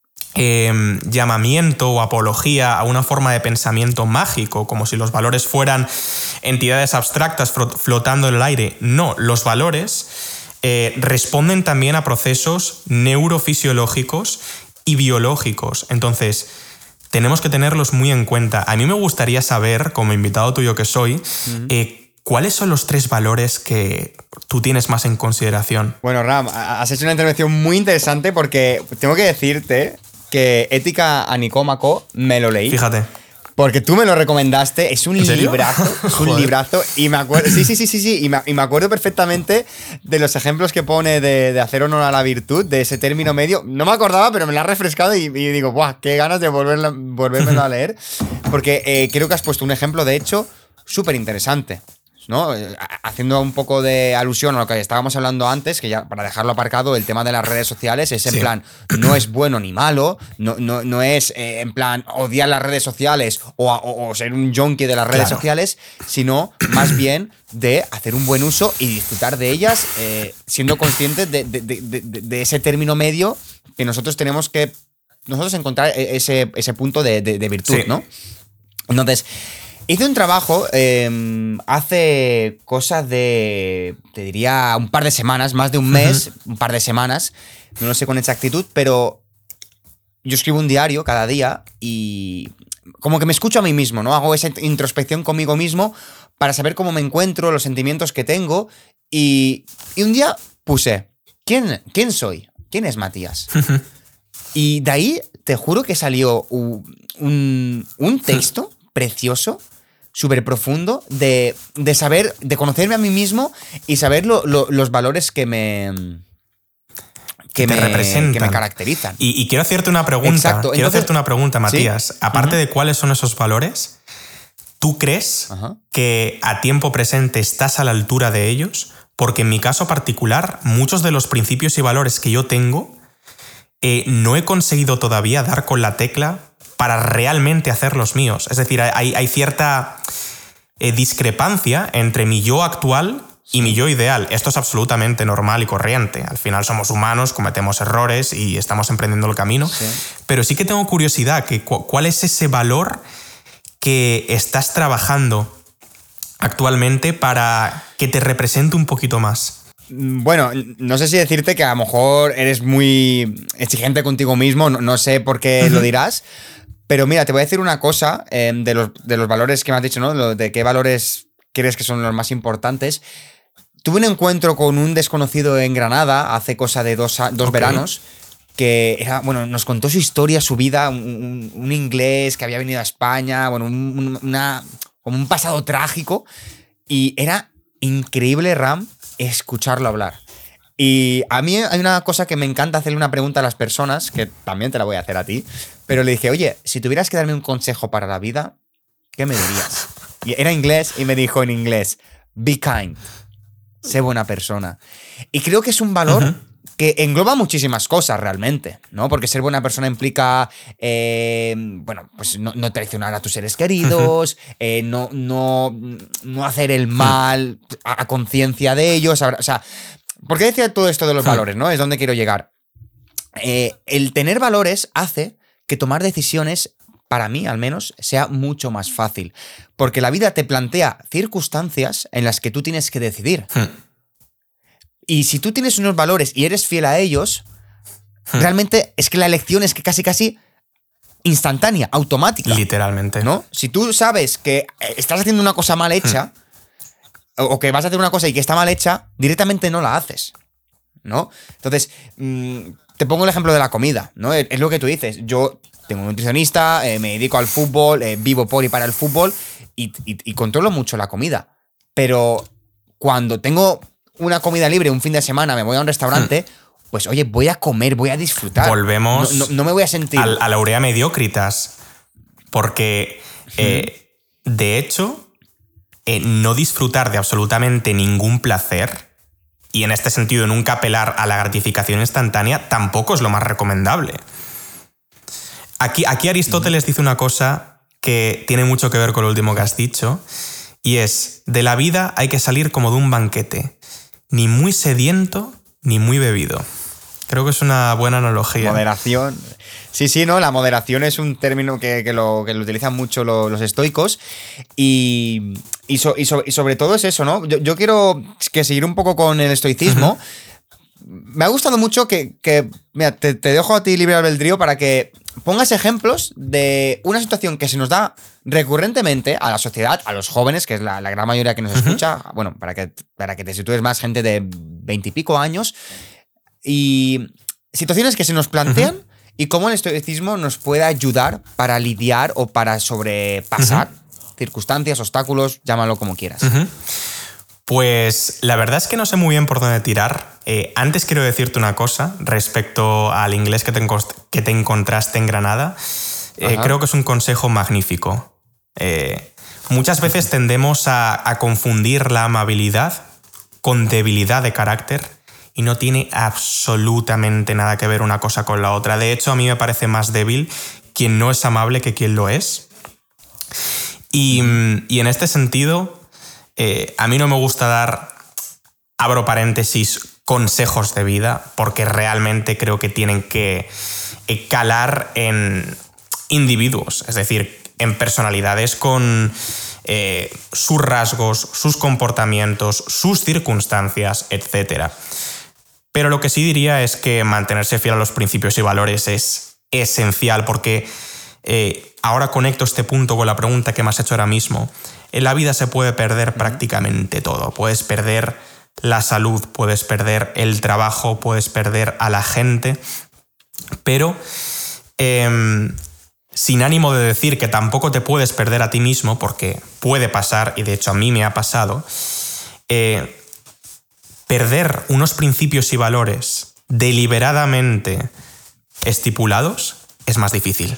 eh, llamamiento o apología a una forma de pensamiento mágico, como si los valores fueran entidades abstractas flotando en el aire. No, los valores eh, responden también a procesos neurofisiológicos y biológicos. Entonces, tenemos que tenerlos muy en cuenta. A mí me gustaría saber, como invitado tuyo que soy, uh-huh. eh, ¿cuáles son los tres valores que tú tienes más en consideración? Bueno, Ram, has hecho una intervención muy interesante porque tengo que decirte que Ética a Nicómaco me lo leí. Fíjate. Porque tú me lo recomendaste, es un librazo, es un librazo, y me acuerdo, sí, sí, sí, sí, sí, y me, y me acuerdo perfectamente de los ejemplos que pone de, de hacer honor a la virtud, de ese término medio. No me acordaba, pero me lo ha refrescado y, y digo, ¡buah! Qué ganas de volverla, volvérmelo a leer, porque eh, creo que has puesto un ejemplo, de hecho, súper interesante, ¿no? Haciendo un poco de alusión a lo que estábamos hablando antes, que ya para dejarlo aparcado, el tema de las redes sociales es en sí. plan, no es bueno ni malo, no, no, no es eh, en plan odiar las redes sociales o, o, o ser un junkie de las redes claro. sociales, sino más bien de hacer un buen uso y disfrutar de ellas, eh, siendo conscientes de, de, de, de, de ese término medio que nosotros tenemos que nosotros encontrar ese, ese punto de, de, de virtud, sí. ¿no? Entonces, hice un trabajo eh, hace cosas de, te diría, un par de semanas, más de un mes, uh-huh. un par de semanas, no lo sé con exactitud, pero yo escribo un diario cada día y como que me escucho a mí mismo, ¿no? Hago esa introspección conmigo mismo para saber cómo me encuentro, los sentimientos que tengo y, y un día puse, ¿quién, ¿quién soy? ¿Quién es Matías? Uh-huh. Y de ahí te juro que salió un, un, un texto precioso, súper profundo, de, de saber, de conocerme a mí mismo y saber lo, lo, los valores que me, que, que, me representan, que me caracterizan. Y, y quiero hacerte una pregunta, Exacto. quiero Entonces, hacerte una pregunta, Matías. ¿Sí? Aparte uh-huh. de cuáles son esos valores, ¿tú crees uh-huh. que a tiempo presente estás a la altura de ellos? Porque en mi caso particular, muchos de los principios y valores que yo tengo, eh, no he conseguido todavía dar con la tecla para realmente hacer los míos. Es decir, hay, hay cierta eh, discrepancia entre mi yo actual y mi yo ideal. Esto es absolutamente normal y corriente. Al final somos humanos, cometemos errores y estamos emprendiendo el camino. Sí. Pero sí que tengo curiosidad, que cu- ¿cuál es ese valor que estás trabajando actualmente para que te represente un poquito más? Bueno, no sé si decirte que a lo mejor eres muy exigente contigo mismo, no, no sé por qué uh-huh. lo dirás. Pero mira, te voy a decir una cosa eh, de, los, de los valores que me has dicho, ¿no? De qué valores crees que son los más importantes. Tuve un encuentro con un desconocido en Granada hace cosa de dos, dos okay. veranos, que era, bueno, nos contó su historia, su vida, un, un inglés que había venido a España, bueno, un, una, como un pasado trágico, y era increíble, Ram, escucharlo hablar. Y a mí hay una cosa que me encanta hacerle una pregunta a las personas, que también te la voy a hacer a ti, pero le dije, oye, si tuvieras que darme un consejo para la vida, ¿qué me dirías? Y era inglés y me dijo en inglés, be kind, sé buena persona. Y creo que es un valor uh-huh. que engloba muchísimas cosas realmente, ¿no? Porque ser buena persona implica, eh, bueno, pues no, no traicionar a tus seres queridos, uh-huh. eh, no, no, no hacer el mal a, a conciencia de ellos, o sea... ¿Por qué decía todo esto de los valores, no? Es donde quiero llegar. Eh, el tener valores hace que tomar decisiones, para mí al menos, sea mucho más fácil. Porque la vida te plantea circunstancias en las que tú tienes que decidir. Hmm. Y si tú tienes unos valores y eres fiel a ellos, hmm. realmente es que la elección es que casi casi instantánea, automática. Literalmente. ¿No? Si tú sabes que estás haciendo una cosa mal hecha... Hmm. o que vas a hacer una cosa y que está mal hecha, directamente no la haces, ¿no? Entonces, mmm, te pongo el ejemplo de la comida, ¿no? Es, es lo que tú dices. Yo tengo un nutricionista, eh, me dedico al fútbol, eh, vivo por y para el fútbol y, y, y controlo mucho la comida. Pero cuando tengo una comida libre un fin de semana, me voy a un restaurante, hmm. pues oye, voy a comer, voy a disfrutar. Volvemos no, no, no me voy a sentir... a, a la urea mediocritas. Porque, eh, hmm. de hecho, eh, no disfrutar de absolutamente ningún placer, y en este sentido nunca apelar a la gratificación instantánea, tampoco es lo más recomendable. Aquí, aquí Aristóteles dice una cosa que tiene mucho que ver con lo último que has dicho, y es, de la vida hay que salir como de un banquete, ni muy sediento ni muy bebido. Creo que es una buena analogía. Moderación. Sí, sí, ¿no? La moderación es un término que, que, lo, que lo utilizan mucho los, los estoicos y, y, so, y, so, y sobre todo es eso, ¿no? Yo, yo quiero que seguir un poco con el estoicismo. Uh-huh. Me ha gustado mucho que, que mira, te, te dejo a ti libre albedrío para que pongas ejemplos de una situación que se nos da recurrentemente a la sociedad, a los jóvenes, que es la, la gran mayoría que nos uh-huh. escucha, bueno, para que, para que te sitúes más, gente de veintipico años, y situaciones que se nos plantean uh-huh. y cómo el estoicismo nos puede ayudar para lidiar o para sobrepasar uh-huh. circunstancias, obstáculos, llámalo como quieras. Uh-huh. Pues la verdad es que no sé muy bien por dónde tirar. Eh, antes quiero decirte una cosa respecto al inglés que te, encost- que te encontraste en Granada. Eh, creo que es un consejo magnífico. Eh, muchas veces tendemos a, a confundir la amabilidad con debilidad de carácter y no tiene absolutamente nada que ver una cosa con la otra. De hecho, a mí me parece más débil quien no es amable que quien lo es. Y, y en este sentido... Eh, a mí no me gusta dar, abro paréntesis, consejos de vida, porque realmente creo que tienen que calar en individuos, es decir, en personalidades con eh, sus rasgos, sus comportamientos, sus circunstancias, etcétera. Pero lo que sí diría es que mantenerse fiel a los principios y valores es esencial, porque eh, ahora conecto este punto con la pregunta que me has hecho ahora mismo. En la vida se puede perder prácticamente todo. Puedes perder la salud, puedes perder el trabajo, puedes perder a la gente, pero eh, sin ánimo de decir que tampoco te puedes perder a ti mismo, porque puede pasar, y de hecho a mí me ha pasado, eh, perder unos principios y valores deliberadamente estipulados es más difícil.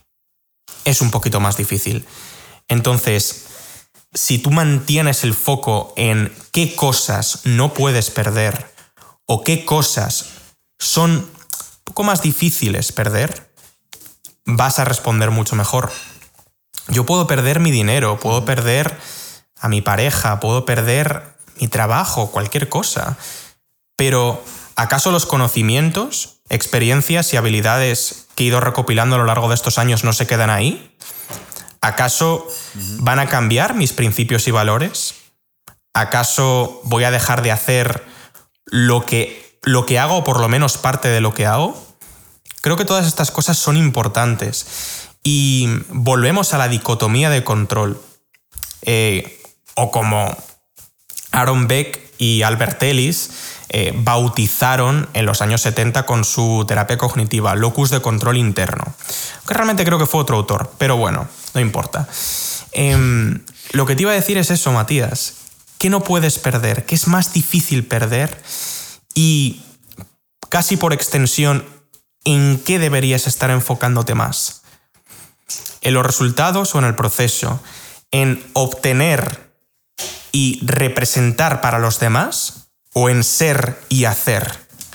Es un poquito más difícil. Entonces, si tú mantienes el foco en qué cosas no puedes perder o qué cosas son un poco más difíciles perder, vas a responder mucho mejor. Yo puedo perder mi dinero, puedo perder a mi pareja, puedo perder mi trabajo, cualquier cosa, pero ¿acaso los conocimientos, experiencias y habilidades que he ido recopilando a lo largo de estos años no se quedan ahí? ¿Acaso van a cambiar mis principios y valores? ¿Acaso voy a dejar de hacer lo que, lo que hago o por lo menos parte de lo que hago? Creo que todas estas cosas son importantes y volvemos a la dicotomía de control. Eh, o como Aaron Beck y Albert Ellis eh, bautizaron en los años setenta con su terapia cognitiva, locus de control interno. Que realmente creo que fue otro autor, pero bueno, no importa. Eh, lo que te iba a decir es eso, Matías. ¿Qué no puedes perder? ¿Qué es más difícil perder? Y casi por extensión, ¿en qué deberías estar enfocándote más? ¿En los resultados o en el proceso? ¿En obtener y representar para los demás? ¿O en ser y hacer?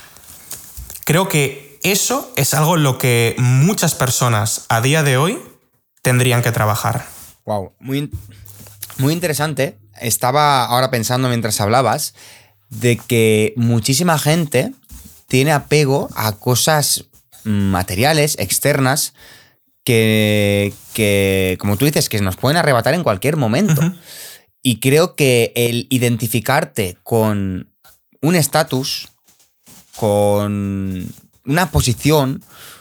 Creo que eso es algo en lo que muchas personas a día de hoy tendrían que trabajar. Wow, muy, muy interesante. Estaba ahora pensando mientras hablabas de que muchísima gente tiene apego a cosas materiales, externas, que, que, como tú dices, que nos pueden arrebatar en cualquier momento. Uh-huh. Y creo que el identificarte con un estatus, con una posición,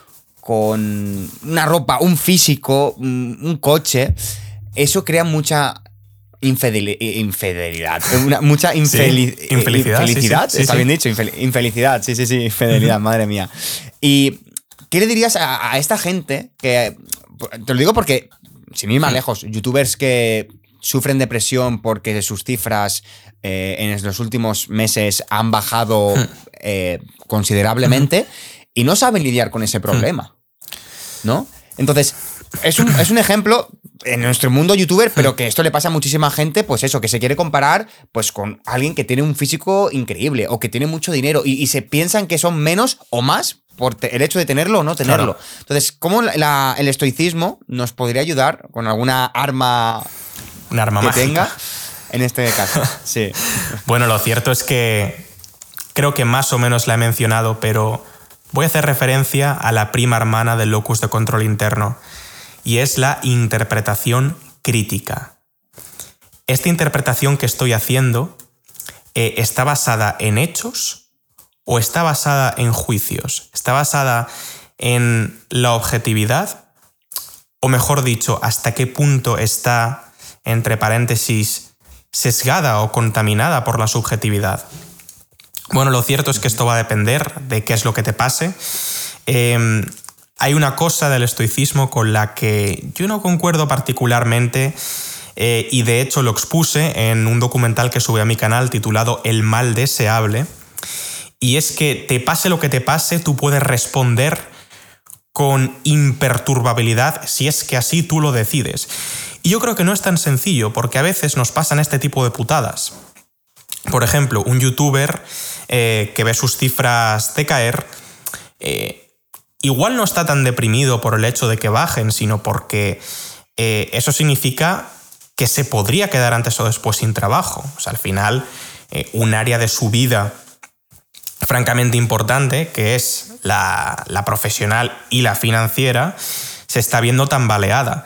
con una ropa, un físico, un coche, eso crea mucha infidel- infidelidad, una, mucha infeli- sí, infelicidad. infelicidad, sí, sí, está sí, bien sí. dicho, infel- infelicidad, sí, sí, sí, infidelidad, madre mía. ¿Y qué le dirías a, a esta gente que, te lo digo porque, sin ir más lejos, youtubers que sufren depresión porque sus cifras eh, en los últimos meses han bajado eh, considerablemente y no saben lidiar con ese problema, ¿no? Entonces, es un, es un ejemplo en nuestro mundo youtuber, pero que esto le pasa a muchísima gente, pues eso, que se quiere comparar pues con alguien que tiene un físico increíble o que tiene mucho dinero y, y se piensan que son menos o más por el hecho de tenerlo o no tenerlo. Claro. Entonces, ¿cómo la, la, el estoicismo nos podría ayudar con alguna arma, Un arma que mágica. tenga en este caso? Sí. Bueno, lo cierto es que creo que más o menos la he mencionado, pero voy a hacer referencia a la prima hermana del locus de control interno, y es la interpretación crítica. Esta interpretación que estoy haciendo eh, está basada en hechos o está basada en juicios. Está basada en la objetividad, o mejor dicho, hasta qué punto está, entre paréntesis, sesgada o contaminada por la subjetividad. Bueno, lo cierto es que esto va a depender de qué es lo que te pase. Eh, hay una cosa del estoicismo con la que yo no concuerdo particularmente, eh, y de hecho lo expuse en un documental que subí a mi canal titulado El mal deseable, y es que te pase lo que te pase, tú puedes responder con imperturbabilidad si es que así tú lo decides. Y yo creo que no es tan sencillo, porque a veces nos pasan este tipo de putadas. Por ejemplo, un youtuber eh, que ve sus cifras decaer, eh, igual no está tan deprimido por el hecho de que bajen, sino porque eh, eso significa que se podría quedar antes o después sin trabajo. O sea, al final, eh, un área de su vida francamente importante, que es la, la profesional y la financiera, se está viendo tambaleada.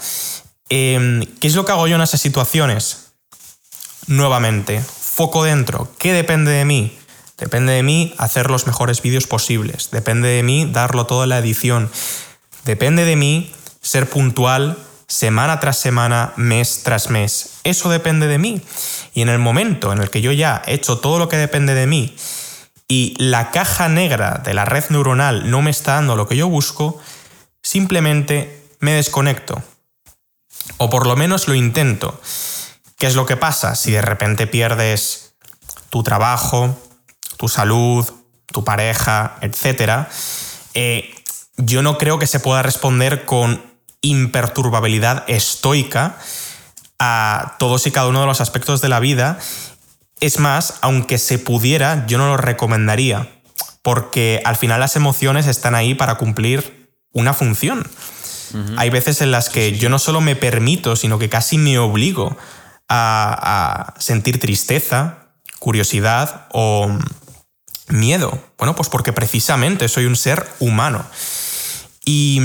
Eh, ¿Qué es lo que hago yo en esas situaciones? Nuevamente, foco dentro. ¿Qué depende de mí? Depende de mí hacer los mejores vídeos posibles. Depende de mí darlo todo en la edición. Depende de mí ser puntual semana tras semana, mes tras mes. Eso depende de mí. Y en el momento en el que yo ya he hecho todo lo que depende de mí y la caja negra de la red neuronal no me está dando lo que yo busco, simplemente me desconecto. O por lo menos lo intento. ¿Qué es lo que pasa si de repente pierdes tu trabajo, tu salud, tu pareja, etcétera? Eh, yo no creo que se pueda responder con imperturbabilidad estoica a todos y cada uno de los aspectos de la vida. Es más, aunque se pudiera, yo no lo recomendaría, porque al final las emociones están ahí para cumplir una función. Uh-huh. Hay veces en las que yo no solo me permito, sino que casi me obligo a, a sentir tristeza, curiosidad o miedo. Bueno, pues porque precisamente soy un ser humano. ¿Y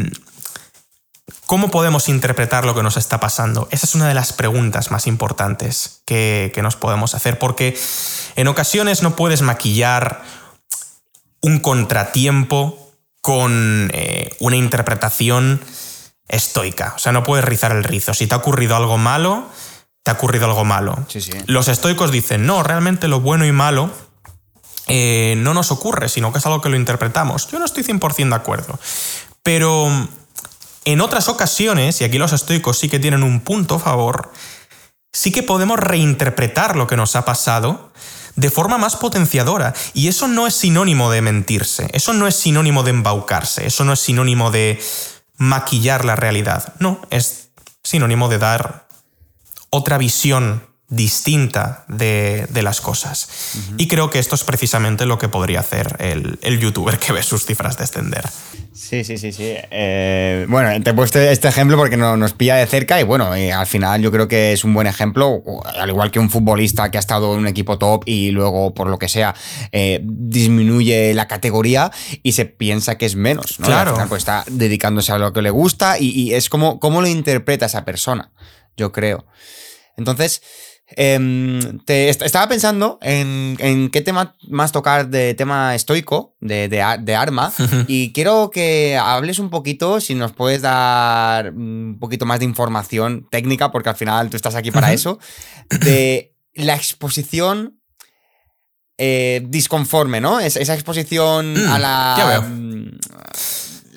cómo podemos interpretar lo que nos está pasando? Esa es una de las preguntas más importantes que, que nos podemos hacer, porque en ocasiones no puedes maquillar un contratiempo con eh, una interpretación estoica. O sea, no puedes rizar el rizo. Si te ha ocurrido algo malo, te ha ocurrido algo malo. Sí, sí. Los estoicos dicen, no, realmente lo bueno y malo eh, no nos ocurre, sino que es algo que lo interpretamos. Yo no estoy cien por ciento de acuerdo. Pero en otras ocasiones, y aquí los estoicos sí que tienen un punto a favor, sí que podemos reinterpretar lo que nos ha pasado de forma más potenciadora. Y eso no es sinónimo de mentirse, eso no es sinónimo de embaucarse, eso no es sinónimo de maquillar la realidad. No, es sinónimo de dar otra visión distinta de, de las cosas. Uh-huh. Y creo que esto es precisamente lo que podría hacer el, el youtuber que ve sus cifras descender. Sí, sí, sí, sí. Eh, bueno, te he puesto este ejemplo porque no, nos pilla de cerca y bueno, y al final yo creo que es un buen ejemplo, al igual que un futbolista que ha estado en un equipo top y luego, por lo que sea, eh, disminuye la categoría y se piensa que es menos, ¿no? Claro. Al final, pues está dedicándose a lo que le gusta y, y es como cómo lo interpreta esa persona, yo creo. Entonces, eh, te estaba pensando en, en qué tema más tocar de tema estoico, de, de, de arma, y quiero que hables un poquito, si nos puedes dar un poquito más de información técnica, porque al final tú estás aquí para eso, de la exposición eh, disconforme, ¿no? Es, esa exposición mm, a la... Ya veo.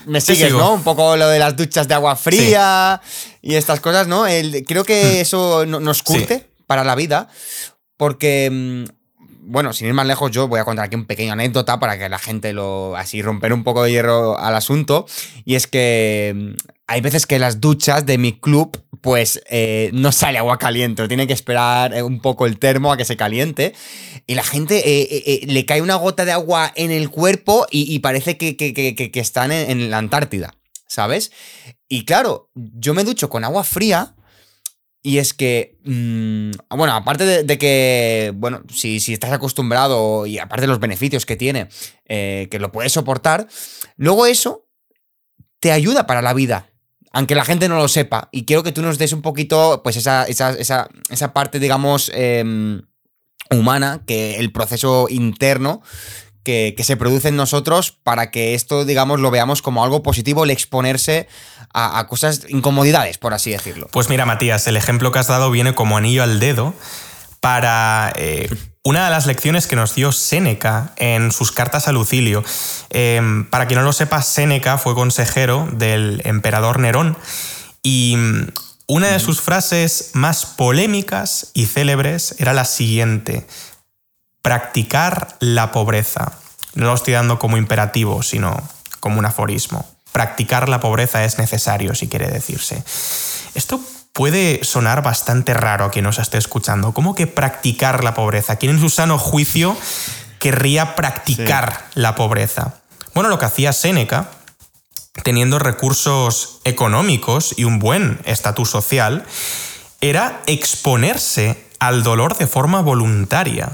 me sigues, ¿no? Un poco lo de las duchas de agua fría sí. y estas cosas, ¿no? El, creo que eso no, nos curte sí. para la vida, porque, bueno, sin ir más lejos, yo voy a contar aquí un pequeño anécdota para que la gente lo, así, romper un poco de hierro al asunto, y es que hay veces que las duchas de mi club, pues, eh, no sale agua caliente, tiene que esperar un poco el termo a que se caliente, y la gente eh, eh, eh, le cae una gota de agua en el cuerpo y, y parece que, que, que, que están en, en la Antártida, ¿sabes? Y claro, yo me ducho con agua fría. Y es que, mmm, bueno, aparte de, de que, bueno, si, si estás acostumbrado y aparte de los beneficios que tiene, eh, que lo puedes soportar, luego eso te ayuda para la vida, aunque la gente no lo sepa. Y quiero que tú nos des un poquito, pues, esa, esa, esa, esa parte, digamos, eh, humana, que el proceso interno que, que se produce en nosotros para que esto, digamos, lo veamos como algo positivo, el exponerse a, a cosas, incomodidades, por así decirlo. Pues mira, Matías, el ejemplo que has dado viene como anillo al dedo para eh, una de las lecciones que nos dio Séneca en sus cartas a Lucilio. Eh, para quien no lo sepa, Séneca fue consejero del emperador Nerón y una de sus frases más polémicas y célebres era la siguiente: practicar la pobreza. No lo estoy dando como imperativo, sino como un aforismo. Practicar la pobreza es necesario, si quiere decirse. Esto puede sonar bastante raro a quien nos esté escuchando. ¿Cómo que practicar la pobreza? ¿Quién en su sano juicio querría practicar sí. la pobreza? Bueno, lo que hacía Séneca, teniendo recursos económicos y un buen estatus social, era exponerse al dolor de forma voluntaria.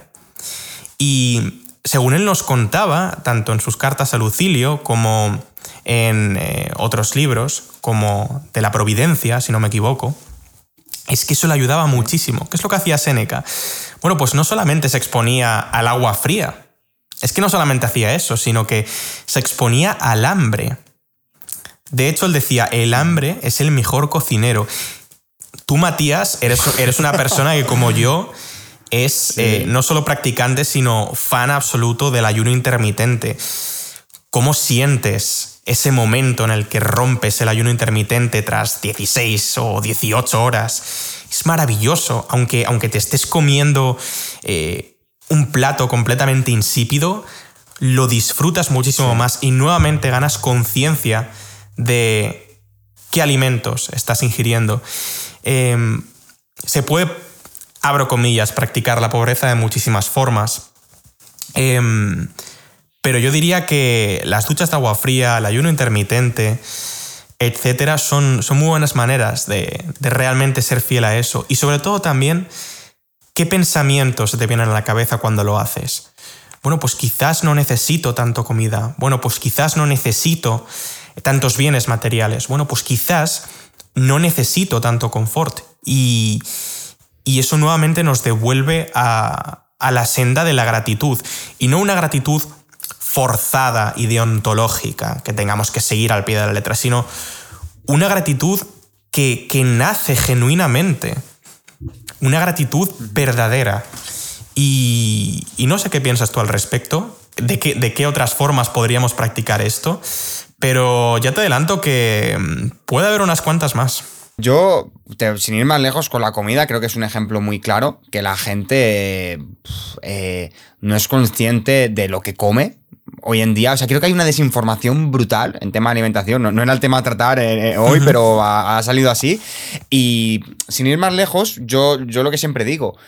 Y según él nos contaba, tanto en sus cartas a Lucilio como en eh, otros libros, como de la Providencia, si no me equivoco, es que eso le ayudaba muchísimo. ¿Qué es lo que hacía Séneca? Bueno, pues no solamente se exponía al agua fría, es que no solamente hacía eso, sino que se exponía al hambre. De hecho, él decía, el hambre es el mejor cocinero. Tú, Matías, eres, eres una persona que, como yo, es sí. eh, no solo practicante, sino fan absoluto del ayuno intermitente. ¿Cómo sientes ese momento en el que rompes el ayuno intermitente tras dieciséis o dieciocho horas? Es maravilloso, aunque, aunque te estés comiendo eh, un plato completamente insípido, lo disfrutas muchísimo sí. más y nuevamente ganas conciencia de qué alimentos estás ingiriendo. Eh, se puede, abro comillas, practicar la pobreza de muchísimas formas. Eh, pero yo diría que las duchas de agua fría, el ayuno intermitente, etcétera, son, son muy buenas maneras de, de realmente ser fiel a eso. Y sobre todo también, ¿qué pensamientos te vienen a la cabeza cuando lo haces? Bueno, pues quizás no necesito tanto comida. Bueno, pues quizás no necesito tantos bienes materiales. Bueno, pues quizás no necesito tanto confort. Y, y eso nuevamente nos devuelve a, a la senda de la gratitud. Y no una gratitud forzada y deontológica, que tengamos que seguir al pie de la letra, sino una gratitud que, que nace genuinamente. Una gratitud verdadera. Y, y no sé qué piensas tú al respecto, de qué, de qué otras formas podríamos practicar esto, pero ya te adelanto que puede haber unas cuantas más. Yo, te, sin ir más lejos, con la comida creo que es un ejemplo muy claro que la gente eh, eh, no es consciente de lo que come hoy en día. O sea, creo que hay una desinformación brutal en tema de alimentación. No, no era el tema a tratar eh, eh, hoy, uh-huh. pero ha, ha salido así. Y sin ir más lejos, yo, yo lo que siempre digo,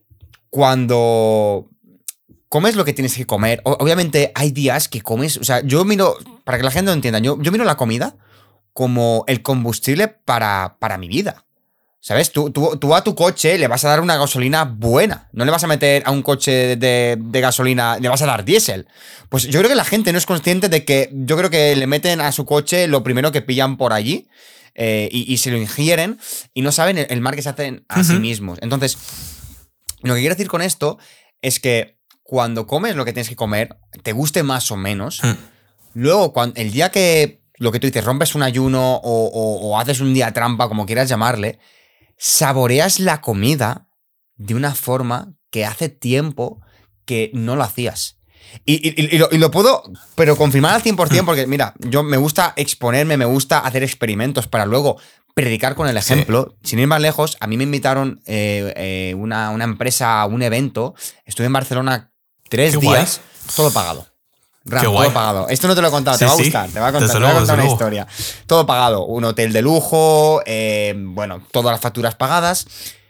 cuando comes lo que tienes que comer, obviamente hay días que comes, o sea, yo miro, para que la gente lo entienda, yo, yo miro la comida como el combustible para, para mi vida. ¿Sabes? Tú, tú, tú a tu coche le vas a dar una gasolina buena. No le vas a meter a un coche de, de gasolina, le vas a dar diésel. Pues yo creo que la gente no es consciente de que yo creo que le meten a su coche lo primero que pillan por allí eh, y, y se lo ingieren y no saben el, el mal que se hacen a uh-huh. sí mismos. Entonces, lo que quiero decir con esto es que cuando comes lo que tienes que comer, te guste más o menos, uh-huh. luego cuando, el día que lo que tú dices, rompes un ayuno o, o, o haces un día trampa, como quieras llamarle, saboreas la comida de una forma que hace tiempo que no lo hacías. Y, y, y, lo, y lo puedo, pero confirmar al cien por ciento, porque mira, yo me gusta exponerme, me gusta hacer experimentos para luego predicar con el ejemplo. Sí. Sin ir más lejos, a mí me invitaron eh, eh, una, una empresa a un evento. Estuve en Barcelona tres Qué días, guay. todo pagado. Ram, Qué guay. Todo pagado. Esto no te lo he contado, sí, te va a gustar, sí. te va a contar, te luego, va a contar una luego. historia. Todo pagado, un hotel de lujo, eh, bueno, todas las facturas pagadas.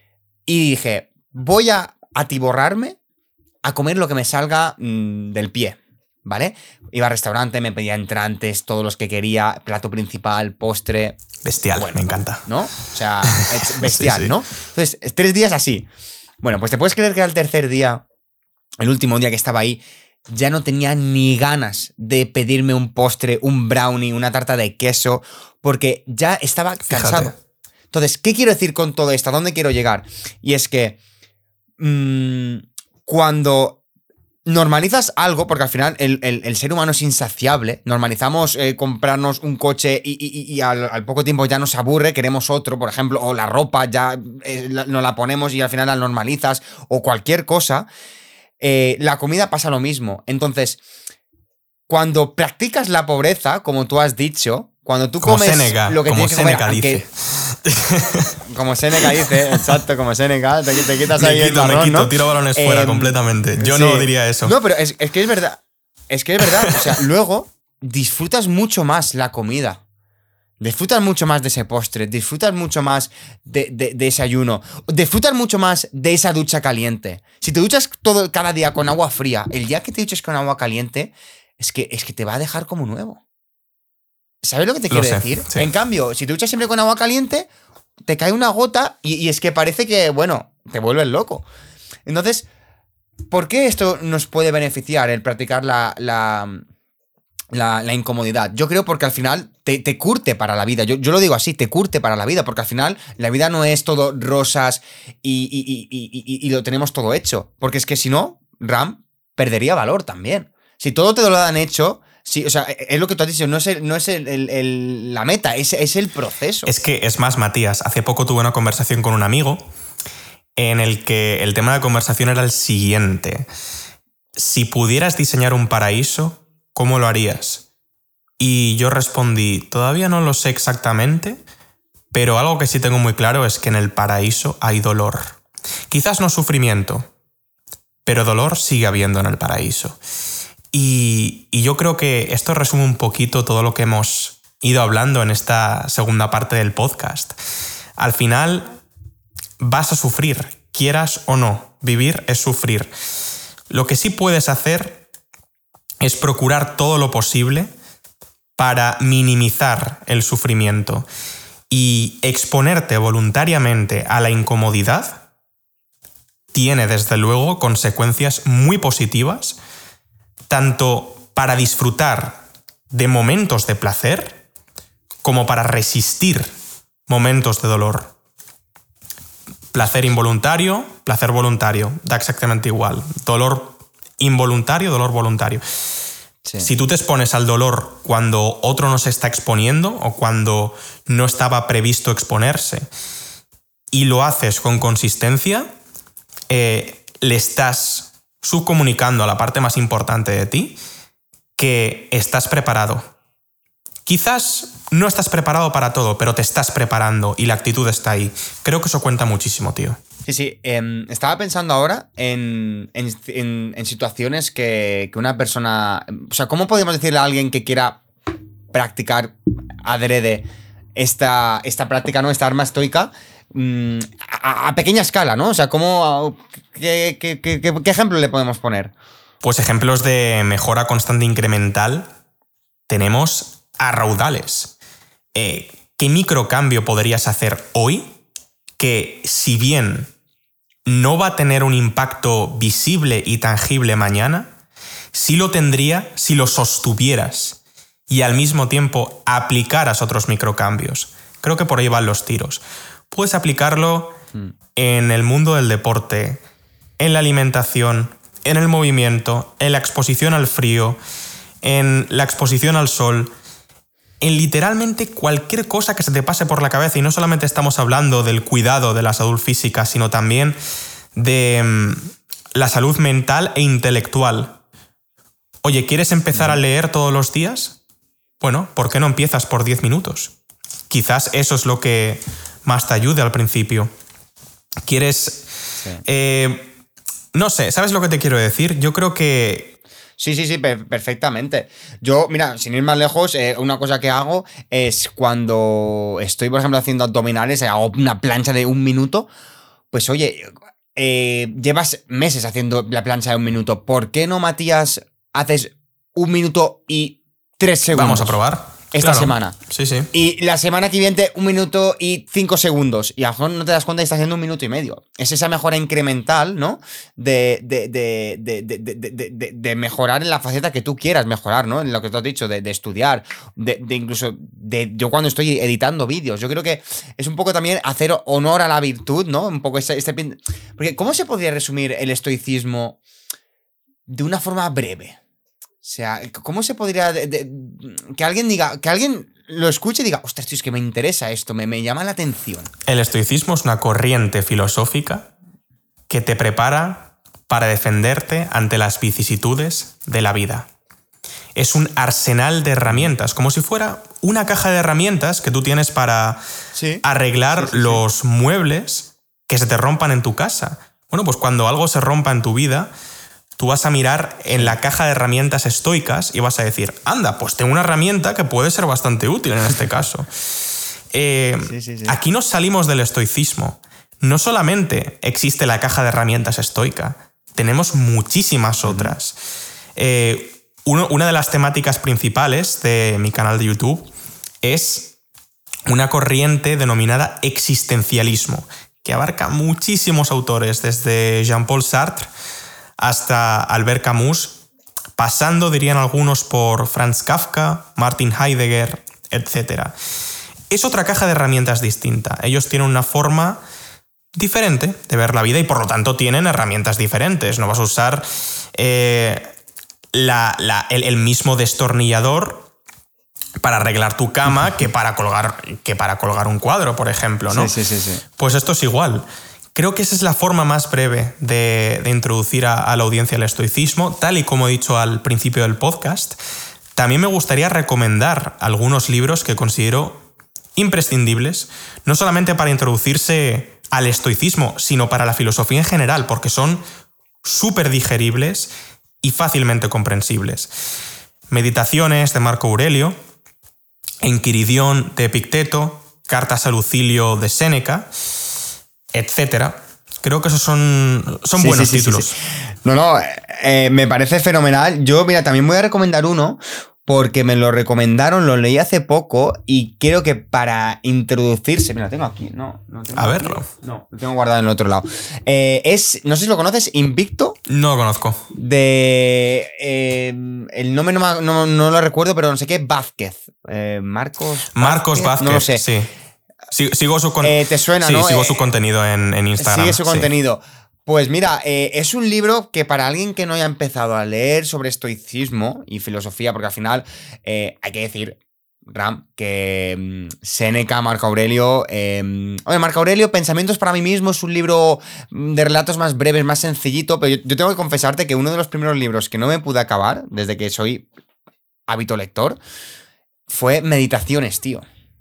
Y dije, voy a atiborrarme a comer lo que me salga mmm, del pie, ¿vale? Iba al restaurante, me pedía entrantes, todos los que quería, plato principal, postre. Bestial, bueno, me encanta. ¿No? O sea, bestial, sí, sí. ¿no? Entonces, tres días así. Bueno, pues te puedes creer que al tercer día, el último día que estaba ahí, ya no tenía ni ganas de pedirme un postre, un brownie, una tarta de queso, porque ya estaba cansado. Fíjate. Entonces, ¿qué quiero decir con todo esto? ¿A dónde quiero llegar? Y es que mmm, cuando normalizas algo, porque al final el, el, el ser humano es insaciable, normalizamos eh, comprarnos un coche y, y, y al, al poco tiempo ya nos aburre, queremos otro, por ejemplo, o la ropa ya eh, la, nos la ponemos y al final la normalizas, o cualquier cosa. Eh, la comida pasa lo mismo. Entonces, cuando practicas la pobreza, como tú has dicho, cuando tú como comes Seneca, lo que como tienes que Seneca comer, dice. Aunque, como Seneca dice, exacto, como Seneca, te, te quitas me ahí quito, el marrón, me quito, ¿no? tiro balones eh, fuera completamente. Yo sí. no diría eso. No, pero es, es que es verdad. Es que es verdad. O sea, luego disfrutas mucho más la comida. Disfrutas mucho más de ese postre, disfrutas mucho más de, de, de ese ayuno, disfrutas mucho más de esa ducha caliente. Si te duchas todo, cada día con agua fría, el día que te duches con agua caliente, es que, es que te va a dejar como nuevo. ¿Sabes lo que te quiero sé, decir? Sí. En cambio, si te duchas siempre con agua caliente, te cae una gota y, y es que parece que, bueno, te vuelves loco. Entonces, ¿por qué esto nos puede beneficiar, el practicar la... la La, la incomodidad? Yo creo porque al final te, te curte para la vida. Yo, yo lo digo así, te curte para la vida, porque al final la vida no es todo rosas y, y, y, y, y lo tenemos todo hecho. Porque es que si no, Ram perdería valor también. Si todo te lo han hecho, si, o sea, es lo que tú has dicho, no es, el, no es el, el, el, la meta, es, es el proceso. Es que es más, Matías, hace poco tuve una conversación con un amigo en el que el tema de la conversación era el siguiente. Si pudieras diseñar un paraíso, ¿cómo lo harías? Y yo respondí, todavía no lo sé exactamente, pero algo que sí tengo muy claro es que en el paraíso hay dolor. Quizás no sufrimiento, pero dolor sigue habiendo en el paraíso. Y, y yo creo que esto resume un poquito todo lo que hemos ido hablando en esta segunda parte del podcast. Al final vas a sufrir, quieras o no. Vivir es sufrir. Lo que sí puedes hacer es procurar todo lo posible para minimizar el sufrimiento y exponerte voluntariamente a la incomodidad tiene desde luego consecuencias muy positivas, tanto para disfrutar de momentos de placer como para resistir momentos de dolor. Placer involuntario, placer voluntario, da exactamente igual. Dolor involuntario, dolor voluntario. Sí. Si tú te expones al dolor cuando otro no se está exponiendo o cuando no estaba previsto exponerse y lo haces con consistencia, eh, le estás subcomunicando a la parte más importante de ti que estás preparado. Quizás no estás preparado para todo, pero te estás preparando y la actitud está ahí. Creo que eso cuenta muchísimo, tío. Sí, sí. Eh, estaba pensando ahora en, en, en, en situaciones que, que una persona... O sea, ¿cómo podemos decirle a alguien que quiera practicar adrede esta, esta práctica, ¿no? Esta arma estoica mmm, a, a pequeña escala, ¿no? O sea, ¿cómo, qué, qué, qué, qué, ¿qué ejemplo le podemos poner? Pues ejemplos de mejora constante incremental tenemos a raudales. Eh, ¿Qué microcambio podrías hacer hoy que, si bien no va a tener un impacto visible y tangible mañana, sí lo tendría si lo sostuvieras y al mismo tiempo aplicaras otros microcambios? Creo que por ahí van los tiros. Puedes aplicarlo mm. en el mundo del deporte, en la alimentación, en el movimiento, en la exposición al frío, en la exposición al sol, en literalmente cualquier cosa que se te pase por la cabeza. Y no solamente estamos hablando del cuidado de la salud física, sino también de um, la salud mental e intelectual. Oye, ¿quieres empezar a leer todos los días? Bueno, ¿por qué no empiezas por diez minutos? Quizás eso es lo que más te ayude al principio. ¿Quieres...? Sí. Eh, no sé, ¿sabes lo que te quiero decir? Yo creo que... Sí, sí, sí, perfectamente. Yo, mira, sin ir más lejos, eh, una cosa que hago es cuando estoy, por ejemplo, haciendo abdominales, hago una plancha de un minuto, pues oye, eh, llevas meses haciendo la plancha de un minuto. ¿Por qué no, Matías, haces un minuto y tres segundos? Vamos a probar. Esta claro. semana. Sí, sí. Y la semana que viene, un minuto y cinco segundos. Y a lo mejor no te das cuenta y estás haciendo un minuto y medio. Es esa mejora incremental, ¿no? De, de, de, de, de, de, de, de mejorar en la faceta que tú quieras mejorar, ¿no? En lo que tú has dicho, de, de estudiar, de, de incluso de yo cuando estoy editando vídeos. Yo creo que es un poco también hacer honor a la virtud, ¿no? Un poco este, este... Porque ¿cómo se podría resumir el estoicismo de una forma breve? O sea, ¿cómo se podría... De, de, que alguien diga, que alguien lo escuche y diga, ostras, tío, es que me interesa esto, me, me llama la atención? El estoicismo es una corriente filosófica que te prepara para defenderte ante las vicisitudes de la vida. Es un arsenal de herramientas, como si fuera una caja de herramientas que tú tienes para ¿Sí? arreglar sí, sí, los sí. muebles que se te rompan en tu casa. Bueno, pues cuando algo se rompa en tu vida... Tú vas a mirar en la caja de herramientas estoicas y vas a decir, anda, pues tengo una herramienta que puede ser bastante útil en este caso. Eh, sí, sí, sí. Aquí nos salimos del estoicismo. No solamente existe la caja de herramientas estoica, tenemos muchísimas otras. Eh, uno, una de las temáticas principales de mi canal de YouTube es una corriente denominada existencialismo, que abarca muchísimos autores, desde Jean-Paul Sartre hasta Albert Camus, pasando, dirían algunos, por Franz Kafka, Martin Heidegger, etcétera. Es otra caja de herramientas distinta. Ellos tienen una forma diferente de ver la vida y por lo tanto tienen herramientas diferentes. No vas a usar eh, la, la, el, el mismo destornillador para arreglar tu cama que para colgar, que para colgar un cuadro, por ejemplo, ¿no? Sí, sí, sí, sí. Pues esto es igual. Creo que esa es la forma más breve de, de introducir a, a la audiencia el estoicismo, tal y como he dicho al principio del podcast. También me gustaría recomendar algunos libros que considero imprescindibles, no solamente para introducirse al estoicismo, sino para la filosofía en general, porque son súper digeribles y fácilmente comprensibles. Meditaciones de Marco Aurelio, Enquiridión de Epicteto, Cartas a Lucilio de Séneca, etcétera. Creo que esos son, son sí, buenos sí, sí, títulos. Sí, sí. No, no, eh, me parece fenomenal. Yo, mira, también voy a recomendar uno porque me lo recomendaron, lo leí hace poco y creo que para introducirse... Mira, lo tengo aquí, no. no tengo a verlo. Aquí. No, lo tengo guardado en el otro lado. Eh, es, no sé si lo conoces, Invicto. No lo conozco. De... Eh, el nombre no, no, no lo recuerdo, pero no sé qué, Vázquez. Eh, Marcos... Marcos Vázquez, Vázquez, no lo sé. Sí. Sigo su, con... eh, ¿Te suena, sí, no? sigo eh, su contenido en, en Instagram. Sigue su sí. contenido. Pues mira, eh, es un libro que para alguien que no haya empezado a leer sobre estoicismo y filosofía, porque al final eh, hay que decir, Ram, que um, Séneca, Marco Aurelio... Eh, oye, Marco Aurelio, Pensamientos para mí mismo, es un libro de relatos más breves, más sencillito, pero yo, yo tengo que confesarte que uno de los primeros libros que no me pude acabar, desde que soy hábito lector, fue Meditaciones, tío.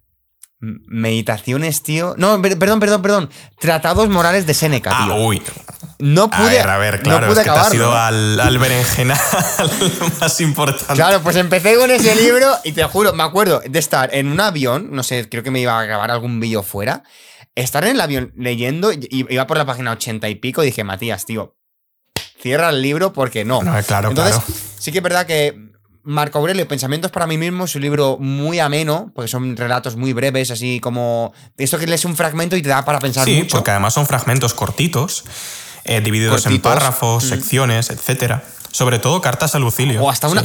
Meditaciones, tío. No, perdón, perdón, perdón. Tratados morales de Séneca, tío. Ah, uy. No pude. A ver, a ver, claro, no pude es que acabarlo, te has ido ¿no? al, al berenjenal más importante. Claro, pues empecé con ese libro y te juro, me acuerdo de estar en un avión, no sé, creo que me iba a grabar algún vídeo fuera, estar en el avión leyendo y iba por la página ochenta y pico y dije, Matías, tío, cierra el libro porque no. No, claro, Entonces, claro. sí que es verdad que Marco Aurelio, Pensamientos para mí mismo, es un libro muy ameno, porque son relatos muy breves, así como... Esto que lees un fragmento y te da para pensar sí, mucho. Sí, porque además son fragmentos cortitos, eh, divididos cortitos. en párrafos, mm. secciones, etcétera. Sobre todo Cartas a Lucilio. O hasta una... Sí.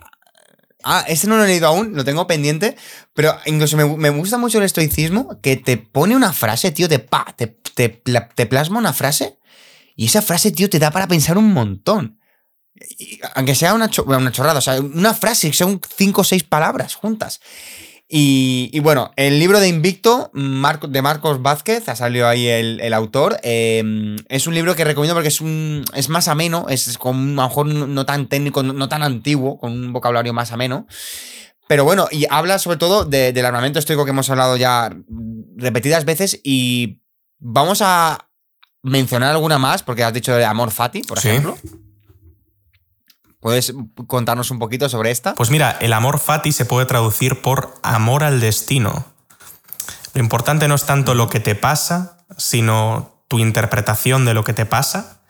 Ah, este no lo he leído aún, lo tengo pendiente, pero incluso me, me gusta mucho el estoicismo, que te pone una frase, tío, te, pa, te, te, te plasma una frase y esa frase, tío, te da para pensar un montón. Aunque sea una, cho una chorrada, o sea, una frase, son cinco o seis palabras juntas. Y, y bueno, el libro de Invicto, Marco, de Marcos Vázquez, ha salido ahí el, el autor. Eh, es un libro que recomiendo porque es, un, es más ameno, es con, a lo mejor no tan técnico, no, no tan antiguo, con un vocabulario más ameno. Pero bueno, y habla sobre todo de, del armamento estoico que hemos hablado ya repetidas veces y vamos a mencionar alguna más, porque has dicho de Amor Fati, por ¿Sí? ejemplo. ¿Puedes contarnos un poquito sobre esta? Pues mira, el amor fati se puede traducir por amor al destino. Lo importante no es tanto lo que te pasa, sino tu interpretación de lo que te pasa.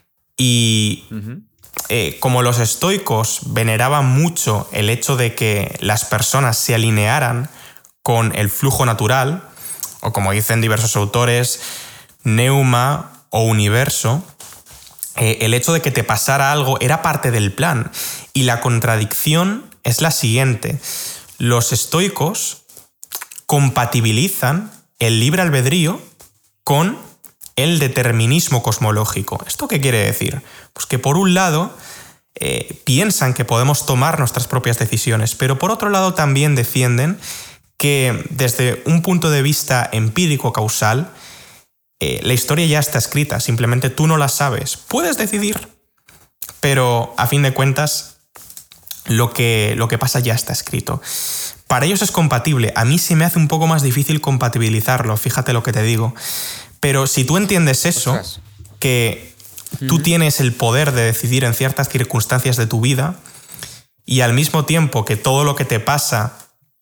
Y uh-huh. eh, como los estoicos veneraban mucho el hecho de que las personas se alinearan con el flujo natural, o como dicen diversos autores, neuma o universo, Eh, el hecho de que te pasara algo era parte del plan. Y la contradicción es la siguiente. Los estoicos compatibilizan el libre albedrío con el determinismo cosmológico. ¿Esto qué quiere decir? Pues que por un lado eh, piensan que podemos tomar nuestras propias decisiones, pero por otro lado también defienden que desde un punto de vista empírico-causal, Eh, la historia ya está escrita, simplemente tú no la sabes. Puedes decidir, pero a fin de cuentas lo que, lo que pasa ya está escrito. Para ellos es compatible. A mí se me hace un poco más difícil compatibilizarlo, fíjate lo que te digo. Pero si tú entiendes eso, Ostras. que tú uh-huh. tienes el poder de decidir en ciertas circunstancias de tu vida y al mismo tiempo que todo lo que te pasa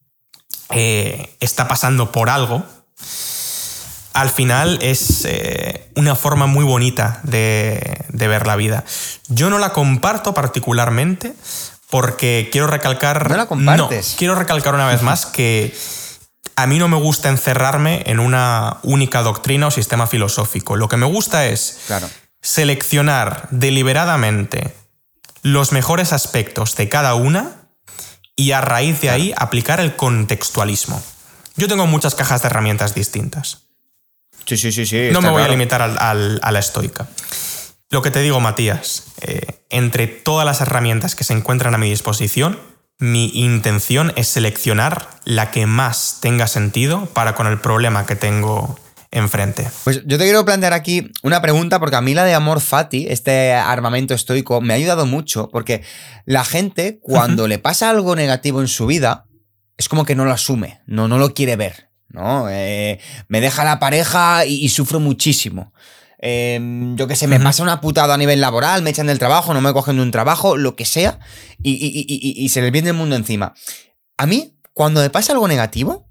eh, está pasando por algo, al final es eh, una forma muy bonita de, de ver la vida. Yo no la comparto particularmente porque quiero recalcar... ¿No la compartes? No, quiero recalcar una vez más que a mí no me gusta encerrarme en una única doctrina o sistema filosófico. Lo que me gusta es claro. seleccionar deliberadamente los mejores aspectos de cada una y a raíz de claro. ahí aplicar el contextualismo. Yo tengo muchas cajas de herramientas distintas. Sí, sí, sí, sí. No me voy claro. a limitar al, al, a la estoica. Lo que te digo, Matías, eh, entre todas las herramientas que se encuentran a mi disposición, mi intención es seleccionar la que más tenga sentido para con el problema que tengo enfrente. Pues yo te quiero plantear aquí una pregunta, porque a mí la de Amor Fati, este armamento estoico, me ha ayudado mucho, porque la gente, cuando uh-huh. le pasa algo negativo en su vida, es como que no lo asume, no, no lo quiere ver. ¿No? Eh, me deja la pareja y, y sufro muchísimo. Eh, yo qué sé, me uh-huh. pasa una putada a nivel laboral, me echan del trabajo, no me cogen de un trabajo, lo que sea, y, y, y, y, y se les viene el mundo encima. A mí, cuando me pasa algo negativo,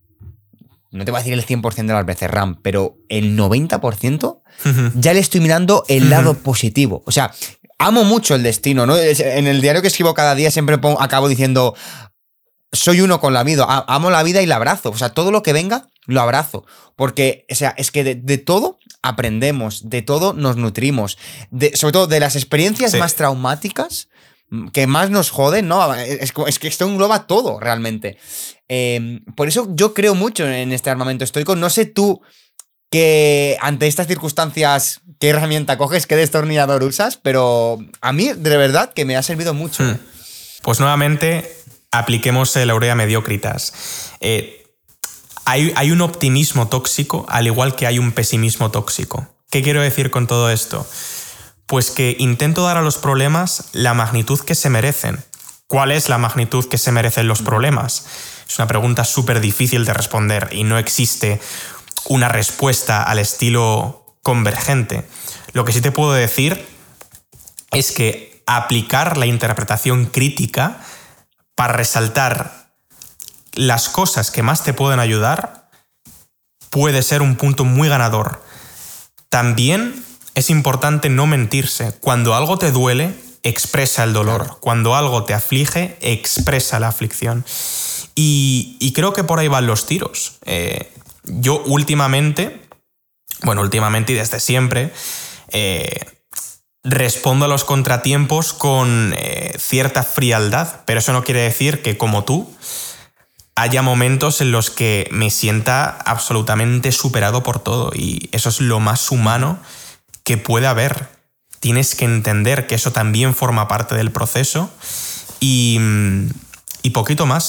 no te voy a decir el cien por ciento de las veces, Ram, pero el noventa por ciento uh-huh. ya le estoy mirando el uh-huh. lado positivo. O sea, amo mucho el destino, ¿no? En el diario que escribo cada día siempre pongo, acabo diciendo... Soy uno con la vida, amo la vida y la abrazo. O sea, todo lo que venga, lo abrazo. Porque, o sea, es que de, de todo aprendemos, de todo nos nutrimos. De, sobre todo de las experiencias sí. más traumáticas, que más nos joden, ¿no? Es, es que esto engloba todo, realmente. Eh, por eso yo creo mucho en este armamento estoico. No sé tú, que ante estas circunstancias, qué herramienta coges, qué destornillador usas, pero a mí, de verdad, que me ha servido mucho. Hmm. Pues nuevamente... apliquemos el aurea mediocritas. Eh, hay, hay un optimismo tóxico, al igual que hay un pesimismo tóxico. ¿Qué quiero decir con todo esto? Pues que intento dar a los problemas la magnitud que se merecen. ¿Cuál es la magnitud que se merecen los problemas? Es una pregunta súper difícil de responder y no existe una respuesta al estilo convergente. Lo que sí te puedo decir es que aplicar la interpretación crítica para resaltar las cosas que más te pueden ayudar, puede ser un punto muy ganador. También es importante no mentirse. Cuando algo te duele, expresa el dolor. Claro. Cuando algo te aflige, expresa la aflicción. Y, y creo que por ahí van los tiros. Eh, yo últimamente, bueno, últimamente y desde siempre, eh, respondo a los contratiempos con eh, cierta frialdad, pero eso no quiere decir que, como tú, haya momentos en los que me sienta absolutamente superado por todo, y eso es lo más humano que puede haber. Tienes que entender que eso también forma parte del proceso y, y poquito más.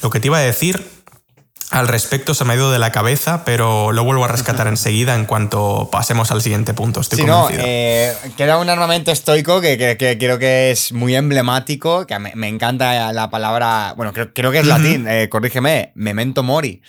Lo que te iba a decir al respecto se me ha ido de la cabeza, pero lo vuelvo a rescatar enseguida en cuanto pasemos al siguiente punto. Estoy sí, convencido. No, eh, queda un armamento estoico que, que, que creo que es muy emblemático, que me, me encanta la palabra, bueno, creo, creo que es uh-huh. latín, eh, corrígeme, memento mori.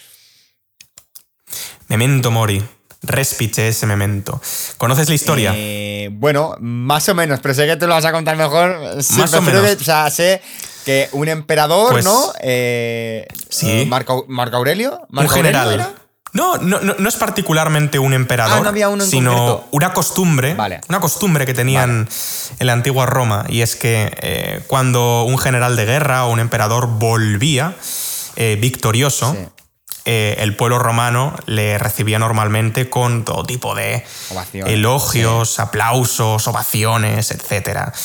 Memento mori. Respice ese memento. ¿Conoces la historia? Eh, bueno, más o menos, pero sé que tú lo vas a contar mejor. Sí, más o menos. Que, o sea, sé que un emperador, pues, ¿no? Eh, sí. Marco, Marco Aurelio. ¿Marco un general. Aurelio era? No, no, no es particularmente un emperador, ah, no había uno en sino concreto. una costumbre, vale. una costumbre que tenían vale. en la antigua Roma, y es que eh, cuando un general de guerra o un emperador volvía eh, victorioso, sí. eh, el pueblo romano le recibía normalmente con todo tipo de ovaciones, elogios, sí. aplausos, ovaciones, etcétera.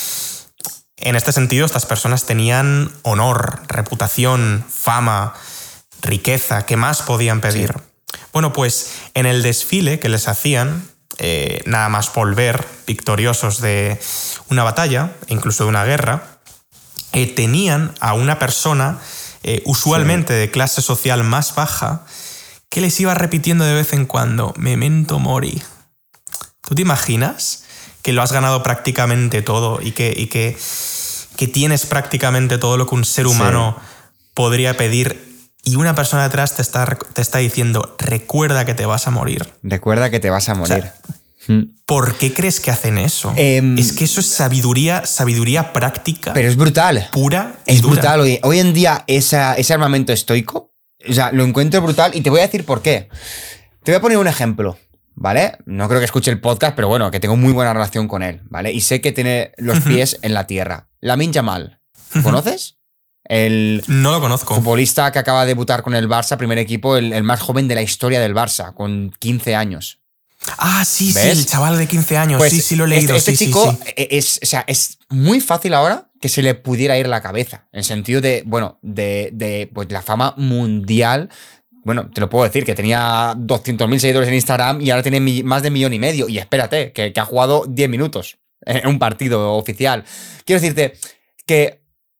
En este sentido, estas personas tenían honor, reputación, fama, riqueza. ¿Qué más podían pedir? Sí. Bueno, pues en el desfile que les hacían, eh, nada más volver victoriosos de una batalla, incluso de una guerra, eh, tenían a una persona, eh, usualmente sí. de clase social más baja, que les iba repitiendo de vez en cuando, memento mori. ¿Tú te imaginas que lo has ganado prácticamente todo y que, y que, que tienes prácticamente todo lo que un ser humano sí. podría pedir? Y una persona detrás te está, te está diciendo, recuerda que te vas a morir. Recuerda que te vas a morir. O sea, ¿por qué crees que hacen eso? Eh, es que eso es sabiduría, sabiduría práctica. Pero es brutal. Pura y Es dura. brutal. Hoy, hoy en día esa, ese armamento estoico, o sea, lo encuentro brutal y te voy a decir por qué. Te voy a poner un ejemplo, ¿vale? No creo que escuche el podcast, pero bueno, que tengo muy buena relación con él, ¿vale? Y sé que tiene los pies en la tierra. Lamine Yamal, ¿conoces? El no lo conozco. Futbolista que acaba de debutar con el Barça, primer equipo, el, el más joven de la historia del Barça, con quince años. Ah, sí, ¿ves? sí, el chaval de quince años. Pues sí, sí, lo he leído. Este, este sí, chico sí, sí. Es, o sea, es muy fácil ahora que se le pudiera ir la cabeza. En sentido de, bueno, de, de pues, la fama mundial. Bueno, te lo puedo decir, que tenía doscientos mil seguidores en Instagram y ahora tiene mi, más de millón y medio. Y espérate, que, que ha jugado diez minutos en un partido oficial. Quiero decirte que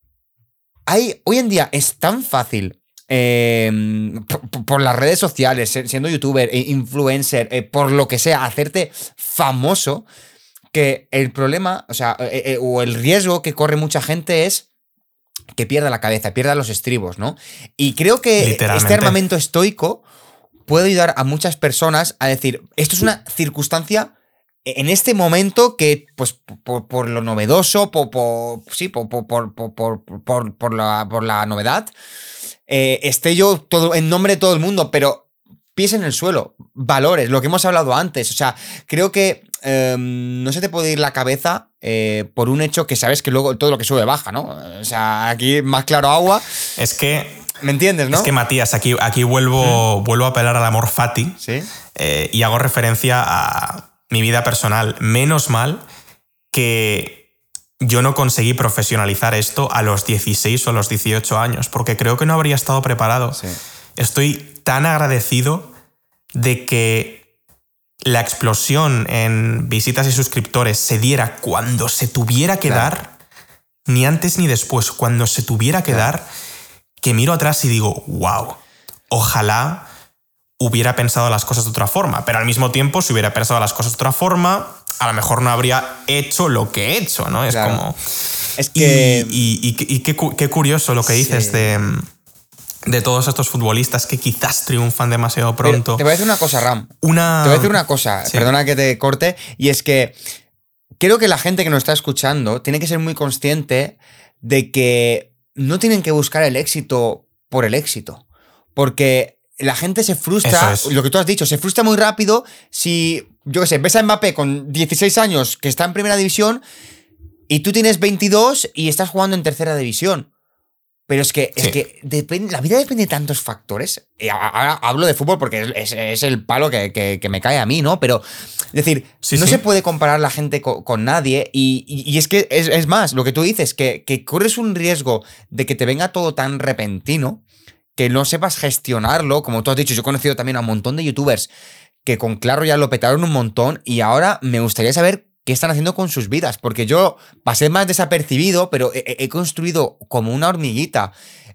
hay, hoy en día es tan fácil eh, por, por las redes sociales, siendo youtuber, influencer, eh, por lo que sea, hacerte famoso, que el problema, o sea, eh, eh, o el riesgo que corre mucha gente es que pierda la cabeza, pierda los estribos, ¿no? Y creo que este armamento estoico puede ayudar a muchas personas a decir, esto es una circunstancia en este momento que, pues, por, por lo novedoso, por, por sí, por, por, por, por, por, por, la, por la novedad, eh, esté yo todo, en nombre de todo el mundo, pero pies en el suelo, valores, lo que hemos hablado antes. O sea, creo que eh, no se te puede ir la cabeza eh, por un hecho que sabes que luego todo lo que sube baja, ¿no? O sea, aquí más claro agua. Es que... ¿Me entiendes, no? Es que, Matías, aquí, aquí vuelvo, ¿Mm? vuelvo a apelar al amor fati. ¿Sí? eh, y hago referencia a mi vida personal. Menos mal que yo no conseguí profesionalizar esto a los dieciséis o a los dieciocho años, porque creo que no habría estado preparado. Sí. Estoy tan agradecido de que la explosión en visitas y suscriptores se diera cuando se tuviera que Claro. dar, ni antes ni después, cuando se tuviera que Claro. dar, que miro atrás y digo, wow, ojalá hubiera pensado las cosas de otra forma, pero al mismo tiempo, si hubiera pensado las cosas de otra forma, a lo mejor no habría hecho lo que he hecho, ¿no? Es Claro. como... Es que... Y, y, y, y qué, qué curioso lo que dices Sí. de, de todos estos futbolistas que quizás triunfan demasiado pronto. Pero te voy a decir una cosa, Ram. Una... Te voy a decir una cosa, Sí. perdona que te corte, y es que creo que la gente que nos está escuchando tiene que ser muy consciente de que no tienen que buscar el éxito por el éxito, porque la gente se frustra, Eso es. lo que tú has dicho, se frustra muy rápido si, yo qué sé, ves a Mbappé con dieciséis años que está en primera división y tú tienes veintidós y estás jugando en tercera división. Pero es que, es Sí. que depende, la vida depende de tantos factores. Y ahora hablo de fútbol porque es, es- es el palo que, que- que me cae a mí, ¿no? Pero, es decir, Sí, no sí. se puede comparar la gente co- con, nadie. Y, y- y es que, es, es más, lo que tú dices, que, que corres un riesgo de que te venga todo tan repentino que no sepas gestionarlo. Como tú has dicho, yo he conocido también a un montón de youtubers que con Claro ya lo petaron un montón y ahora me gustaría saber qué están haciendo con sus vidas, porque yo pasé más desapercibido, pero he, he construido como una hormiguita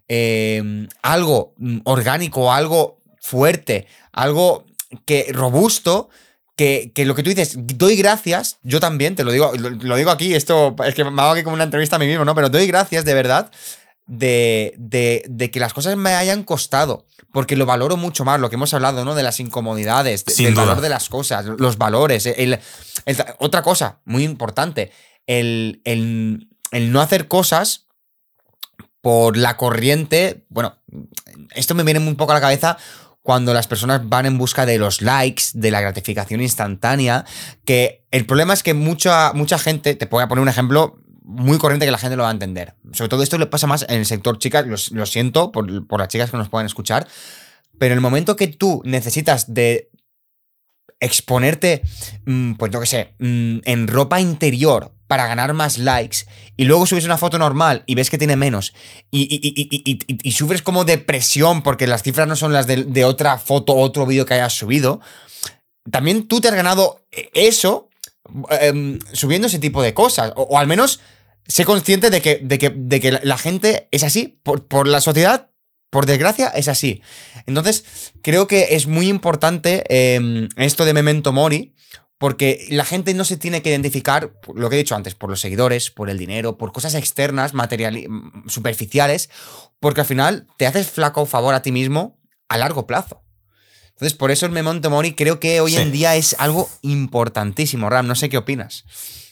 eh, algo orgánico, algo fuerte, algo que robusto, que, que lo que tú dices, doy gracias, yo también, te lo digo, lo, lo digo aquí, esto es que me hago aquí como una entrevista a mí mismo, ¿no? Pero doy gracias de verdad de, de, de que las cosas me hayan costado, porque lo valoro mucho más, lo que hemos hablado, ¿no? De las incomodidades, de, del duda. valor de las cosas, los valores. El, el, el, otra cosa muy importante, el, el, el no hacer cosas por la corriente. Bueno, esto me viene un poco a la cabeza cuando las personas van en busca de los likes, de la gratificación instantánea, que el problema es que mucha, mucha gente, te voy a poner un ejemplo muy corriente que la gente lo va a entender. Sobre todo esto le pasa más en el sector chicas, lo, lo siento por, por las chicas que nos pueden escuchar, pero en el momento que tú necesitas de exponerte, pues yo qué sé, en ropa interior para ganar más likes y luego subes una foto normal y ves que tiene menos y, y, y, y, y, y sufres como depresión porque las cifras no son las de, de otra foto o otro vídeo que hayas subido, también tú te has ganado eso eh, subiendo ese tipo de cosas, o, o al menos sé consciente de que, de que, de que la gente es así, por, por la sociedad, por desgracia, es así. Entonces, creo que es muy importante eh, esto de Memento Mori, porque la gente no se tiene que identificar, lo que he dicho antes, por los seguidores, por el dinero, por cosas externas, materiales, superficiales, porque al final te haces flaco favor a ti mismo a largo plazo. Entonces, por eso el Memento Mori creo que hoy sí. en día es algo importantísimo. Ram, no sé qué opinas.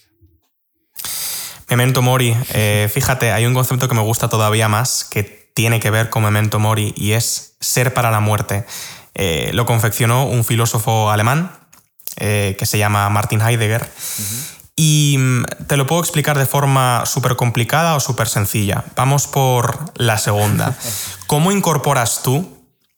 Memento Mori, eh, fíjate, hay un concepto que me gusta todavía más, que tiene que ver con Memento Mori, y es ser para la muerte. Eh, lo confeccionó un filósofo alemán eh, que se llama Martin Heidegger. Uh-huh. Y te lo puedo explicar de forma súper complicada o súper sencilla. Vamos por la segunda. ¿Cómo incorporas tú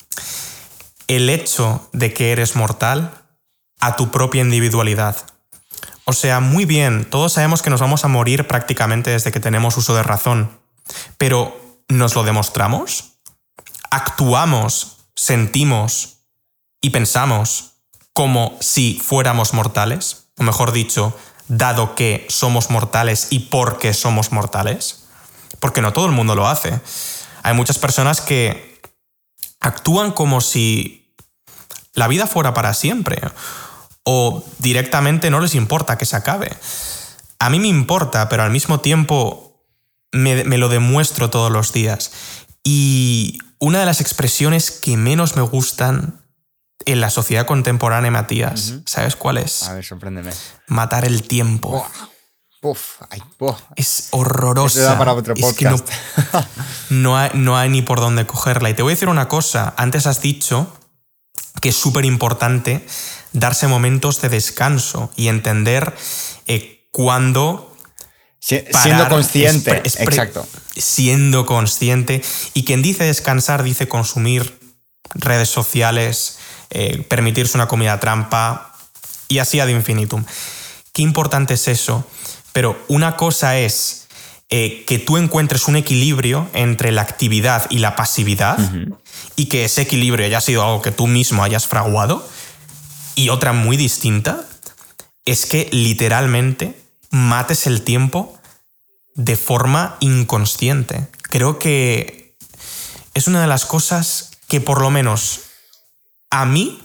el hecho de que eres mortal a tu propia individualidad? O sea, muy bien, todos sabemos que nos vamos a morir prácticamente desde que tenemos uso de razón, pero ¿nos lo demostramos? ¿Actuamos, sentimos y pensamos como si fuéramos mortales? O mejor dicho, dado que somos mortales y porque somos mortales. Porque no todo el mundo lo hace. Hay muchas personas que actúan como si la vida fuera para siempre, o directamente no les importa que se acabe. A mí me importa, pero al mismo tiempo me, me lo demuestro todos los días. Y una de las expresiones que menos me gustan en la sociedad contemporánea, Matías, uh-huh. ¿sabes cuál es? A ver, sorpréndeme. Matar el tiempo. Oh. Uf, ay, oh. Es horrorosa. Eso da para otro podcast. Es que no, no, hay, no hay ni por dónde cogerla. Y te voy a decir una cosa. Antes has dicho que es súper importante darse momentos de descanso y entender eh, cuándo si, parar, siendo consciente, es, es, exacto. Siendo consciente. Y quien dice descansar dice consumir redes sociales, eh, permitirse una comida trampa y así ad infinitum. Qué importante es eso. Pero una cosa es eh, que tú encuentres un equilibrio entre la actividad y la pasividad, uh-huh. y que ese equilibrio haya sido algo que tú mismo hayas fraguado. Y otra muy distinta es que literalmente mates el tiempo de forma inconsciente. Creo que es una de las cosas que por lo menos a mí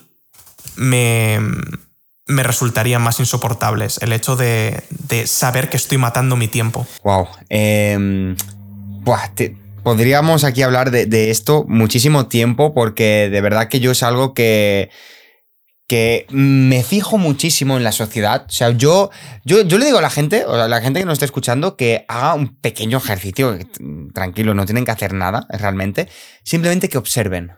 me, me resultarían más insoportables. El hecho de, de saber que estoy matando mi tiempo. Wow. Eh, buah, te, podríamos aquí hablar de, de esto muchísimo tiempo, porque de verdad que yo es algo que... que me fijo muchísimo en la sociedad. O sea, yo, yo, yo le digo a la gente, o a la gente que nos está escuchando, que haga un pequeño ejercicio, tranquilo, no tienen que hacer nada, realmente, simplemente que observen.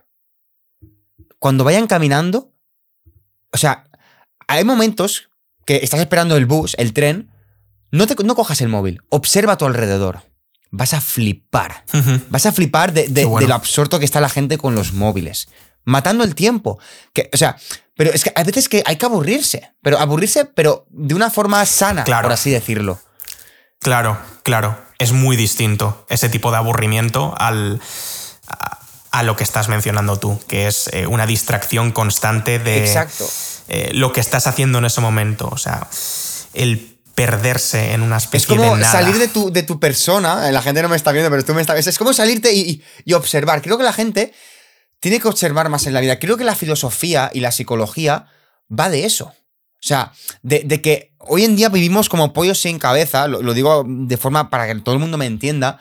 Cuando vayan caminando, o sea, hay momentos que estás esperando el bus, el tren, no, te, no cojas el móvil, observa a tu alrededor. Vas a flipar. Uh-huh. Vas a flipar de, de, bueno. de lo absorto que está la gente con los móviles. Matando el tiempo. Que, o sea, pero es que hay veces que hay que aburrirse. Pero aburrirse, pero de una forma sana, claro. por así decirlo. Claro, claro. Es muy distinto ese tipo de aburrimiento al, a, a lo que estás mencionando tú, que es eh, una distracción constante de Exacto. Eh, lo que estás haciendo en ese momento. O sea, el perderse en una especie es como de nada. Salir de tu, de tu persona, la gente no me está viendo, pero tú me estás viendo, es como salirte y, y observar. Creo que la gente tiene que observar más en la vida. Creo que la filosofía y la psicología va de eso. O sea, de, de que hoy en día vivimos como pollos sin cabeza, lo, lo digo de forma para que todo el mundo me entienda.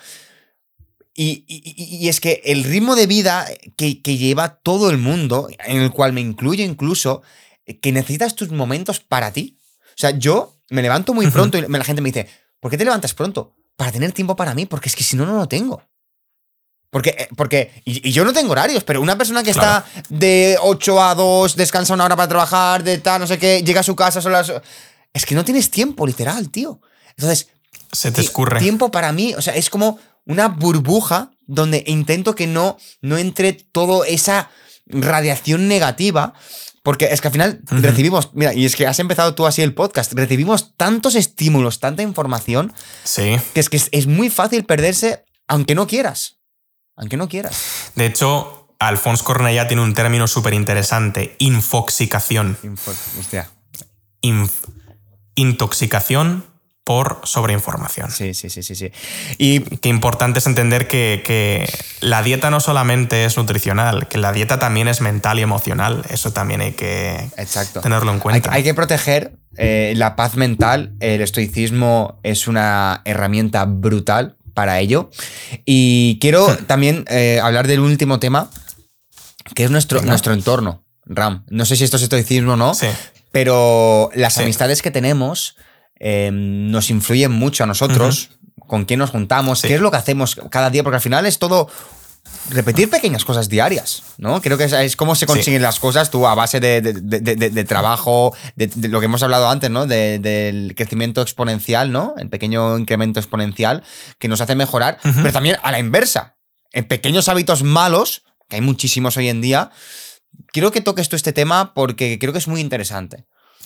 Y, y, y es que el ritmo de vida que, que lleva todo el mundo, en el cual me incluyo incluso, que necesitas tus momentos para ti. O sea, yo me levanto muy pronto y la gente me dice, ¿por qué te levantas pronto? Para tener tiempo para mí, porque es que si no, no lo tengo. Porque, porque y, y yo no tengo horarios, pero una persona que claro. está de ocho a dos, descansa una hora para trabajar, de tal, no sé qué, llega a su casa, son las... Es que no tienes tiempo, literal, tío. Entonces... Se te escurre. Tiempo para mí, o sea, es como una burbuja donde intento que no, no entre toda esa radiación negativa, porque es que al final uh-huh. recibimos, mira, y es que has empezado tú así el podcast, recibimos tantos estímulos, tanta información, sí. que es que es, es muy fácil perderse aunque no quieras, aunque no quieras. De hecho, Alphonse Cornellà tiene un término súper interesante, infoxicación. Info, hostia. Inf- intoxicación por sobreinformación. Sí, sí, sí, sí, sí. Y qué importante es entender que, que la dieta no solamente es nutricional, que la dieta también es mental y emocional. Eso también hay que Exacto. tenerlo en cuenta. Hay, hay que proteger eh, la paz mental. El estoicismo es una herramienta brutal para ello. Y quiero hmm. también eh, hablar del último tema, que es nuestro, nuestro entorno, Ram. No sé si esto es estoicismo o no, sí. pero las sí. amistades que tenemos Eh, nos influyen mucho a nosotros, uh-huh. con quién nos juntamos, sí. qué es lo que hacemos cada día, porque al final es todo repetir pequeñas cosas diarias, ¿no? Creo que es, es cómo se consiguen sí. las cosas tú a base de, de, de, de, de trabajo, de, de lo que hemos hablado antes, ¿no? De, del crecimiento exponencial, ¿no? El pequeño incremento exponencial que nos hace mejorar, uh-huh. pero también a la inversa, en pequeños hábitos malos, que hay muchísimos hoy en día. Quiero que toques tú este tema porque creo que es muy interesante.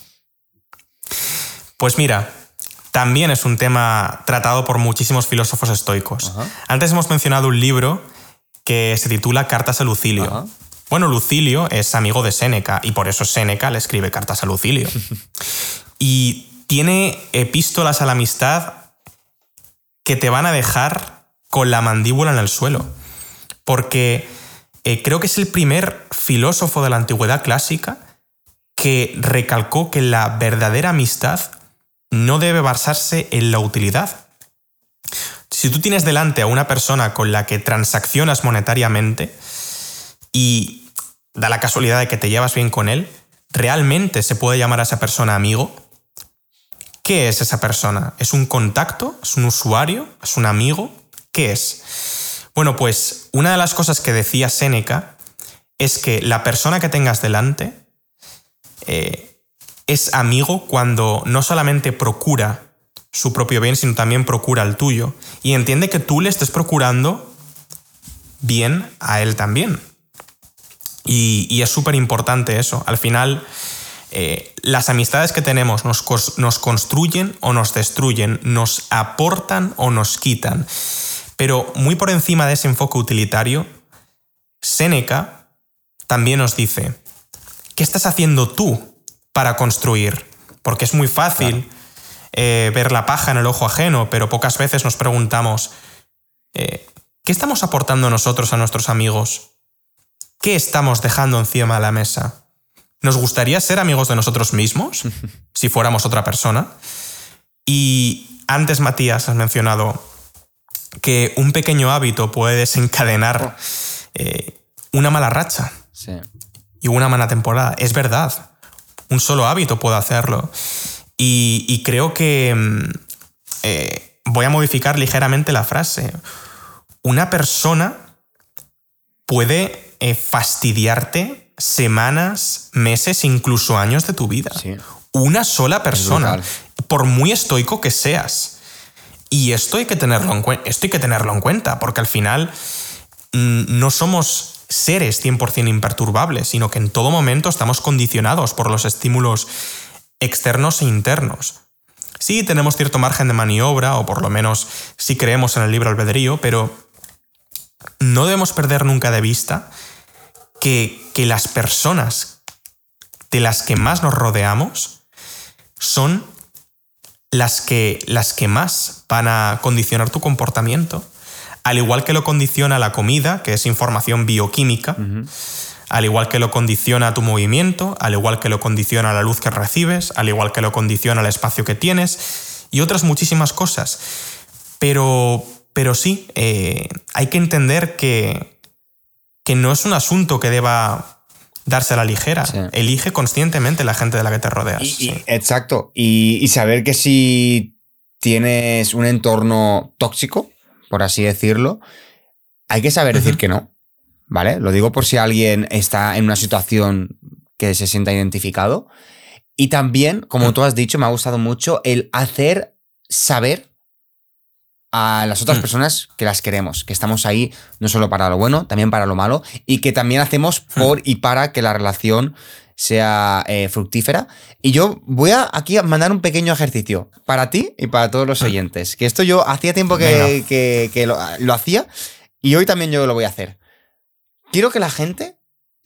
Pues mira, también es un tema tratado por muchísimos filósofos estoicos. Uh-huh. Antes hemos mencionado un libro que se titula Cartas a Lucilio. Uh-huh. Bueno, Lucilio es amigo de Séneca y por eso Séneca le escribe cartas a Lucilio. Y tiene epístolas a la amistad que te van a dejar con la mandíbula en el suelo. Porque eh, creo que es el primer filósofo de la antigüedad clásica que recalcó que la verdadera amistad no debe basarse en la utilidad. Si tú tienes delante a una persona con la que transaccionas monetariamente y da la casualidad de que te llevas bien con él, ¿realmente se puede llamar a esa persona amigo? ¿Qué es esa persona? ¿Es un contacto? ¿Es un usuario? ¿Es un amigo? ¿Qué es? Bueno, pues una de las cosas que decía Séneca es que la persona que tengas delante eh, es amigo cuando no solamente procura su propio bien, sino también procura el tuyo. Y entiende que tú le estés procurando bien a él también. Y, y es súper importante eso. Al final, eh, las amistades que tenemos nos, nos construyen o nos destruyen, nos aportan o nos quitan. Pero muy por encima de ese enfoque utilitario, Séneca también nos dice, ¿qué estás haciendo tú para construir? Porque es muy fácil claro. eh, ver la paja en el ojo ajeno, pero pocas veces nos preguntamos, eh, ¿qué estamos aportando nosotros a nuestros amigos? ¿Qué estamos dejando encima de la mesa? ¿Nos gustaría ser amigos de nosotros mismos si fuéramos otra persona? Y antes, Matías, has mencionado que un pequeño hábito puede desencadenar eh, una mala racha sí. y una mala temporada. Es verdad. Un solo hábito puede hacerlo. Y, y creo que eh, voy a modificar ligeramente la frase. Una persona puede eh, fastidiarte semanas, meses, incluso años de tu vida. Sí. Una sola persona, por muy estoico que seas. Y esto hay que tenerlo en cuenta, esto hay que tenerlo en cuenta, porque al final mmm, no somos seres cien por ciento imperturbables, sino que en todo momento estamos condicionados por los estímulos externos e internos. Sí, tenemos cierto margen de maniobra, o por lo menos sí creemos en el libre albedrío, pero no debemos perder nunca de vista que, que las personas de las que más nos rodeamos son las que, las que más van a condicionar tu comportamiento, al igual que lo condiciona la comida, que es información bioquímica, uh-huh. al igual que lo condiciona tu movimiento, al igual que lo condiciona la luz que recibes, al igual que lo condiciona el espacio que tienes y otras muchísimas cosas. Pero, pero sí, eh, hay que entender que, que no es un asunto que deba darse a la ligera. Sí. Elige conscientemente la gente de la que te rodeas. Y, sí. y, exacto. Y, y saber que si tienes un entorno tóxico, por así decirlo, hay que saber uh-huh. decir que no, ¿vale? Lo digo por si alguien está en una situación que se sienta identificado. Y también, como uh-huh. tú has dicho, me ha gustado mucho el hacer saber a las otras uh-huh. personas que las queremos, que estamos ahí no solo para lo bueno, también para lo malo, y que también hacemos por uh-huh. y para que la relación sea eh, fructífera. Y yo voy a aquí a mandar un pequeño ejercicio para ti y para todos los oyentes, que esto yo hacía tiempo que, que, que lo, lo hacía y hoy también yo lo voy a hacer. Quiero que la gente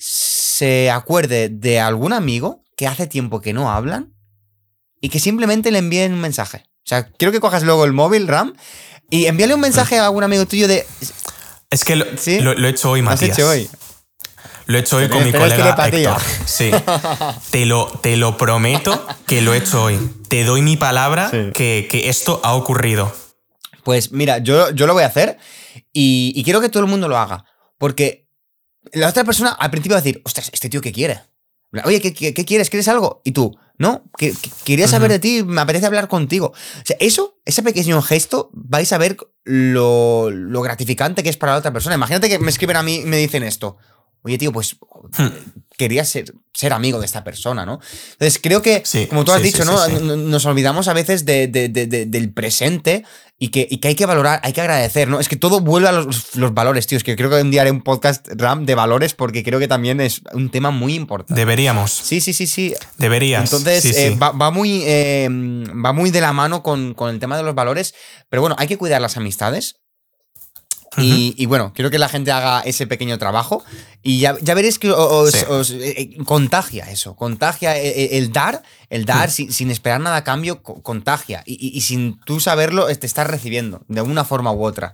se acuerde de algún amigo que hace tiempo que no hablan y que simplemente le envíen un mensaje. O sea, quiero que cojas luego el móvil, Ram, y envíale un mensaje a algún amigo tuyo de... Es que lo, ¿sí? lo, lo he hecho hoy, Matías. ¿Lo has hecho hoy? Lo he hecho hoy con mi colega Héctor. Sí. Te lo, te lo prometo que lo he hecho hoy. Te doy mi palabra sí. que, que esto ha ocurrido. Pues mira, yo, yo lo voy a hacer y, y quiero que todo el mundo lo haga. Porque la otra persona al principio va a decir, ostras, ¿este tío qué quiere? Oye, ¿qué, qué, qué quieres? ¿Quieres algo? Y tú, no, que, que, quería saber uh-huh. de ti, me apetece hablar contigo. O sea, eso, ese pequeño gesto, vais a ver lo, lo gratificante que es para la otra persona. Imagínate que me escriben a mí y me dicen esto. Oye, tío, pues hmm. quería ser, ser amigo de esta persona, ¿no? Entonces, creo que, sí, como tú has sí, dicho, sí, ¿no? Sí, sí. Nos olvidamos a veces de, de, de, de, del presente y que, y que hay que valorar, hay que agradecer, ¿no? Es que todo vuelve a los, los valores, tío. Es que creo que un día haré un podcast, Ram, de valores porque creo que también es un tema muy importante. Deberíamos. Sí, sí, sí, sí. Deberías. Entonces, sí, eh, sí. Va, va, muy, eh, va muy de la mano con, con el tema de los valores. Pero bueno, hay que cuidar las amistades. Uh-huh. Y, y bueno, quiero que la gente haga ese pequeño trabajo y ya, ya veréis que os, sí. os eh, contagia eso, contagia el, el dar, el dar uh-huh. sin, sin esperar nada a cambio, contagia y, y, y sin tú saberlo te estás recibiendo de una forma u otra.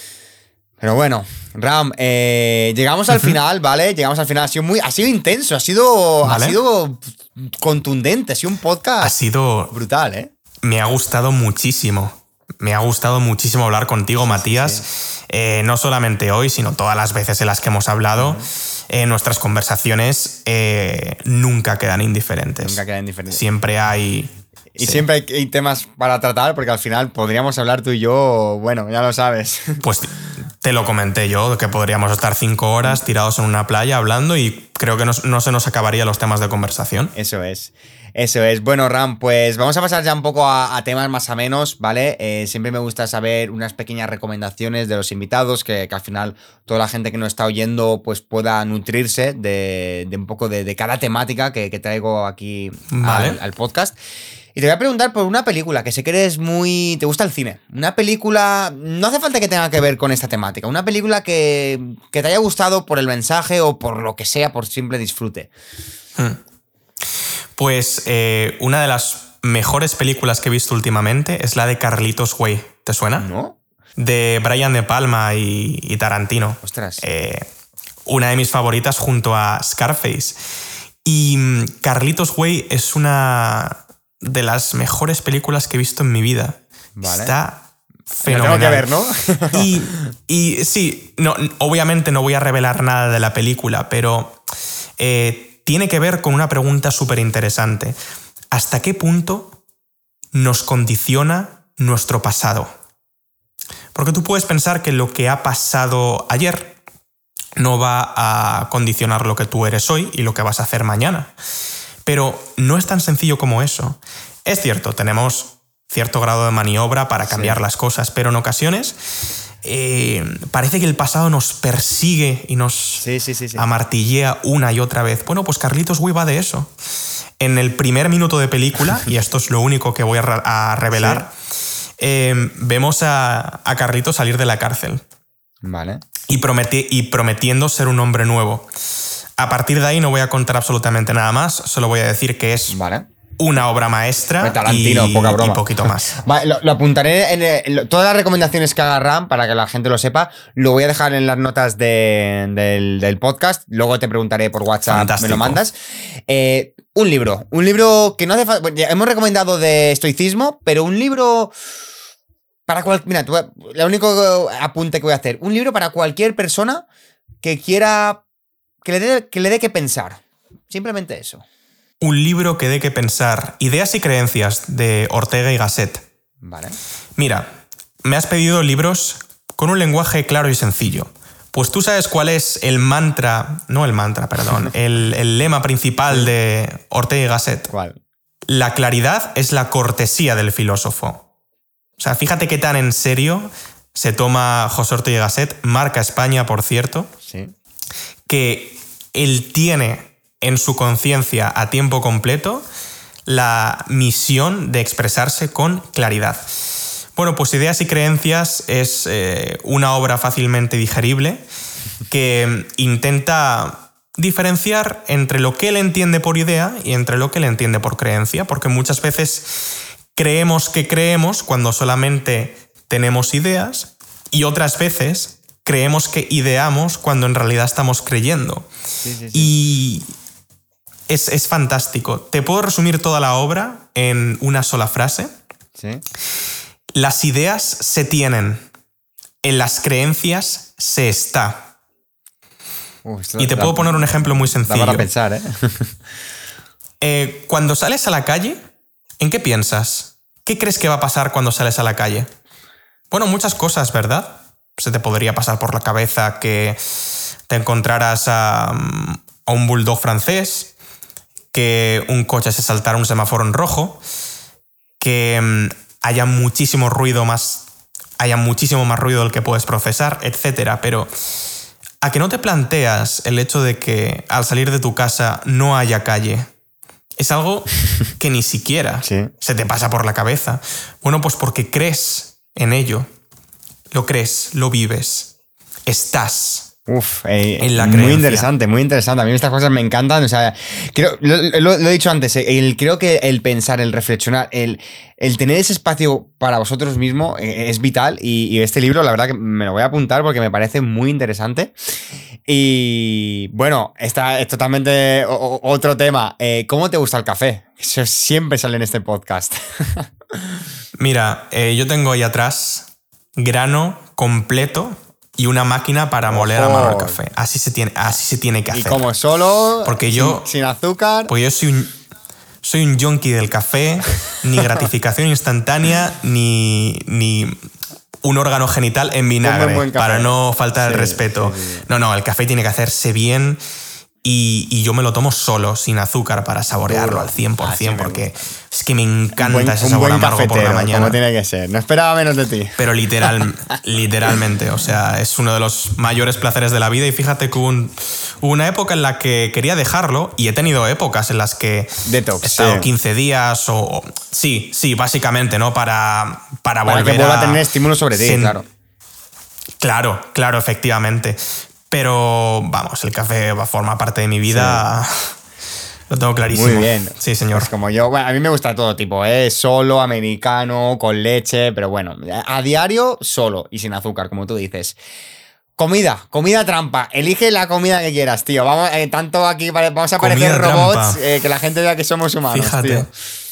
Pero bueno, Ram, eh, llegamos al uh-huh. final, ¿vale? Llegamos al final, ha sido muy, ha sido intenso, ha sido, ¿vale? ha sido contundente, ha sido un podcast ha sido brutal, ¿eh? Me ha gustado muchísimo. Me ha gustado muchísimo hablar contigo, Matías. Sí. Eh, no solamente hoy, sino todas las veces en las que hemos hablado. Uh-huh. eh, nuestras conversaciones eh, nunca quedan indiferentes. Nunca quedan indiferentes. Siempre hay... Y sí. siempre hay, hay temas para tratar, porque al final podríamos hablar tú y yo, bueno, ya lo sabes. Pues te lo comenté yo, que podríamos estar cinco horas tirados en una playa hablando y creo que no, no se nos acabarían los temas de conversación. Eso es. Eso es. Bueno, Ram, pues vamos a pasar ya un poco a, a temas más amenos, ¿vale? Eh, siempre me gusta saber unas pequeñas recomendaciones de los invitados, que, que al final toda la gente que nos está oyendo pues pueda nutrirse de, de un poco de, de cada temática que, que traigo aquí vale. al, al podcast. Y te voy a preguntar por una película, que sé que eres muy... te gusta el cine. Una película... no hace falta que tenga que ver con esta temática. Una película que, que te haya gustado por el mensaje o por lo que sea, por simple disfrute. Hmm. Pues eh, una de las mejores películas que he visto últimamente es la de Carlitos Way. ¿Te suena? No. De Brian De Palma y, y Tarantino. Ostras. Eh, una de mis favoritas junto a Scarface. Y Carlitos Way es una de las mejores películas que he visto en mi vida. Vale. Está fenomenal. Tengo que ver, ¿no? y, y sí, no, obviamente no voy a revelar nada de la película, pero... Eh, tiene que ver con una pregunta súper interesante. ¿Hasta qué punto nos condiciona nuestro pasado? Porque tú puedes pensar que lo que ha pasado ayer no va a condicionar lo que tú eres hoy y lo que vas a hacer mañana. Pero no es tan sencillo como eso. Es cierto, tenemos cierto grado de maniobra para cambiar sí. las cosas, pero en ocasiones... Eh, parece que el pasado nos persigue y nos sí, sí, sí, sí. amartillea una y otra vez. Bueno, pues Carlitos Way va de eso. En el primer minuto de película, y esto es lo único que voy a, re- a revelar, sí. eh, vemos a, a Carlitos salir de la cárcel. Vale. Y, prometi- y prometiendo ser un hombre nuevo. A partir de ahí no voy a contar absolutamente nada más, solo voy a decir que es vale. una obra maestra Tarantino, y, poca broma. y poquito más. Vale, lo, lo apuntaré en, el, en todas las recomendaciones que haga Ram para que la gente lo sepa. Lo voy a dejar en las notas de, del, del podcast. Luego te preguntaré por WhatsApp, Fantástico. Me lo mandas. Eh, un libro, un libro que no hace falta. Hemos recomendado de estoicismo, pero un libro para cual, mira, tú, el único apunte que voy a hacer, un libro para cualquier persona que quiera que le dé que le dé que pensar. Simplemente eso. Un libro que dé que pensar. Ideas y creencias, de Ortega y Gasset. Vale. Mira, me has pedido libros con un lenguaje claro y sencillo. Pues tú sabes cuál es el mantra, no el mantra, perdón, el, el lema principal de Ortega y Gasset. ¿Cuál? La claridad es la cortesía del filósofo. O sea, fíjate qué tan en serio se toma José Ortega y Gasset, marca España, por cierto, sí. Que él tiene en su conciencia a tiempo completo la misión de expresarse con claridad. Bueno, pues Ideas y creencias es eh, una obra fácilmente digerible que intenta diferenciar entre lo que él entiende por idea y entre lo que él entiende por creencia, porque muchas veces creemos que creemos cuando solamente tenemos ideas y otras veces creemos que ideamos cuando en realidad estamos creyendo. Sí, sí, sí. Y es, es fantástico. Te puedo resumir toda la obra en una sola frase. Sí. Las ideas se tienen, en las creencias se está. Uh, y te da, puedo poner un ejemplo muy sencillo. Da para pensar, ¿eh? eh, Cuando sales a la calle, ¿en qué piensas? ¿Qué crees que va a pasar cuando sales a la calle? Bueno, muchas cosas, ¿verdad? Se te podría pasar por la cabeza que te encontraras a, a un bulldog francés, que un coche se saltara un semáforo en rojo, que haya muchísimo ruido más, haya muchísimo más ruido del que puedes procesar, etcétera. Pero ¿a que no te planteas el hecho de que al salir de tu casa no haya calle? Es algo que ni siquiera sí. se te pasa por la cabeza. Bueno, pues porque crees en ello. Lo crees, lo vives. Estás. Uf, eh, en la muy creencia. interesante, muy interesante. A mí estas cosas me encantan. O sea, creo, lo, lo, lo he dicho antes, el, creo que el pensar, el reflexionar, el, el tener ese espacio para vosotros mismos eh, es vital. Y, y este libro, la verdad que me lo voy a apuntar porque me parece muy interesante. Y bueno, está, es totalmente o, otro tema. Eh, ¿Cómo te gusta el café? Eso siempre sale en este podcast. Mira, eh, yo tengo ahí atrás grano completo y una máquina para moler a mano el café. Así se tiene, así se tiene que hacer. Y como solo, porque yo, sin, sin azúcar. Porque yo soy un, soy un junkie del café, ni gratificación instantánea, ni, ni un órgano genital en vinagre, para no faltar sí, el respeto. Sí, sí. No, no, el café tiene que hacerse bien y, y yo me lo tomo solo, sin azúcar, para saborearlo Duro. al cien por ciento, ah, sí, porque es que me encanta buen, ese sabor amargo por la mañana. Como tiene que ser. No esperaba menos de ti. Pero literal, literalmente, o sea, es uno de los mayores placeres de la vida y fíjate que hubo, un, hubo una época en la que quería dejarlo y he tenido épocas en las que Detox, he estado sí. quince días o... Sí, sí, básicamente, ¿no? Para, para, para volver que vuelva a... a tener estímulo sobre ti, sen- claro. Claro, claro, efectivamente. Pero, vamos, el café forma parte de mi vida... Sí. Lo tengo clarísimo. Muy bien. Sí, señor. Pues como yo, bueno, a mí me gusta todo tipo, ¿eh? Solo, americano, con leche, pero bueno, a diario, solo y sin azúcar, como tú dices. Comida, comida trampa. Elige la comida que quieras, tío. Vamos, eh, tanto aquí, vamos a comida parecer robots, eh, que la gente vea que somos humanos, Fíjate. tío.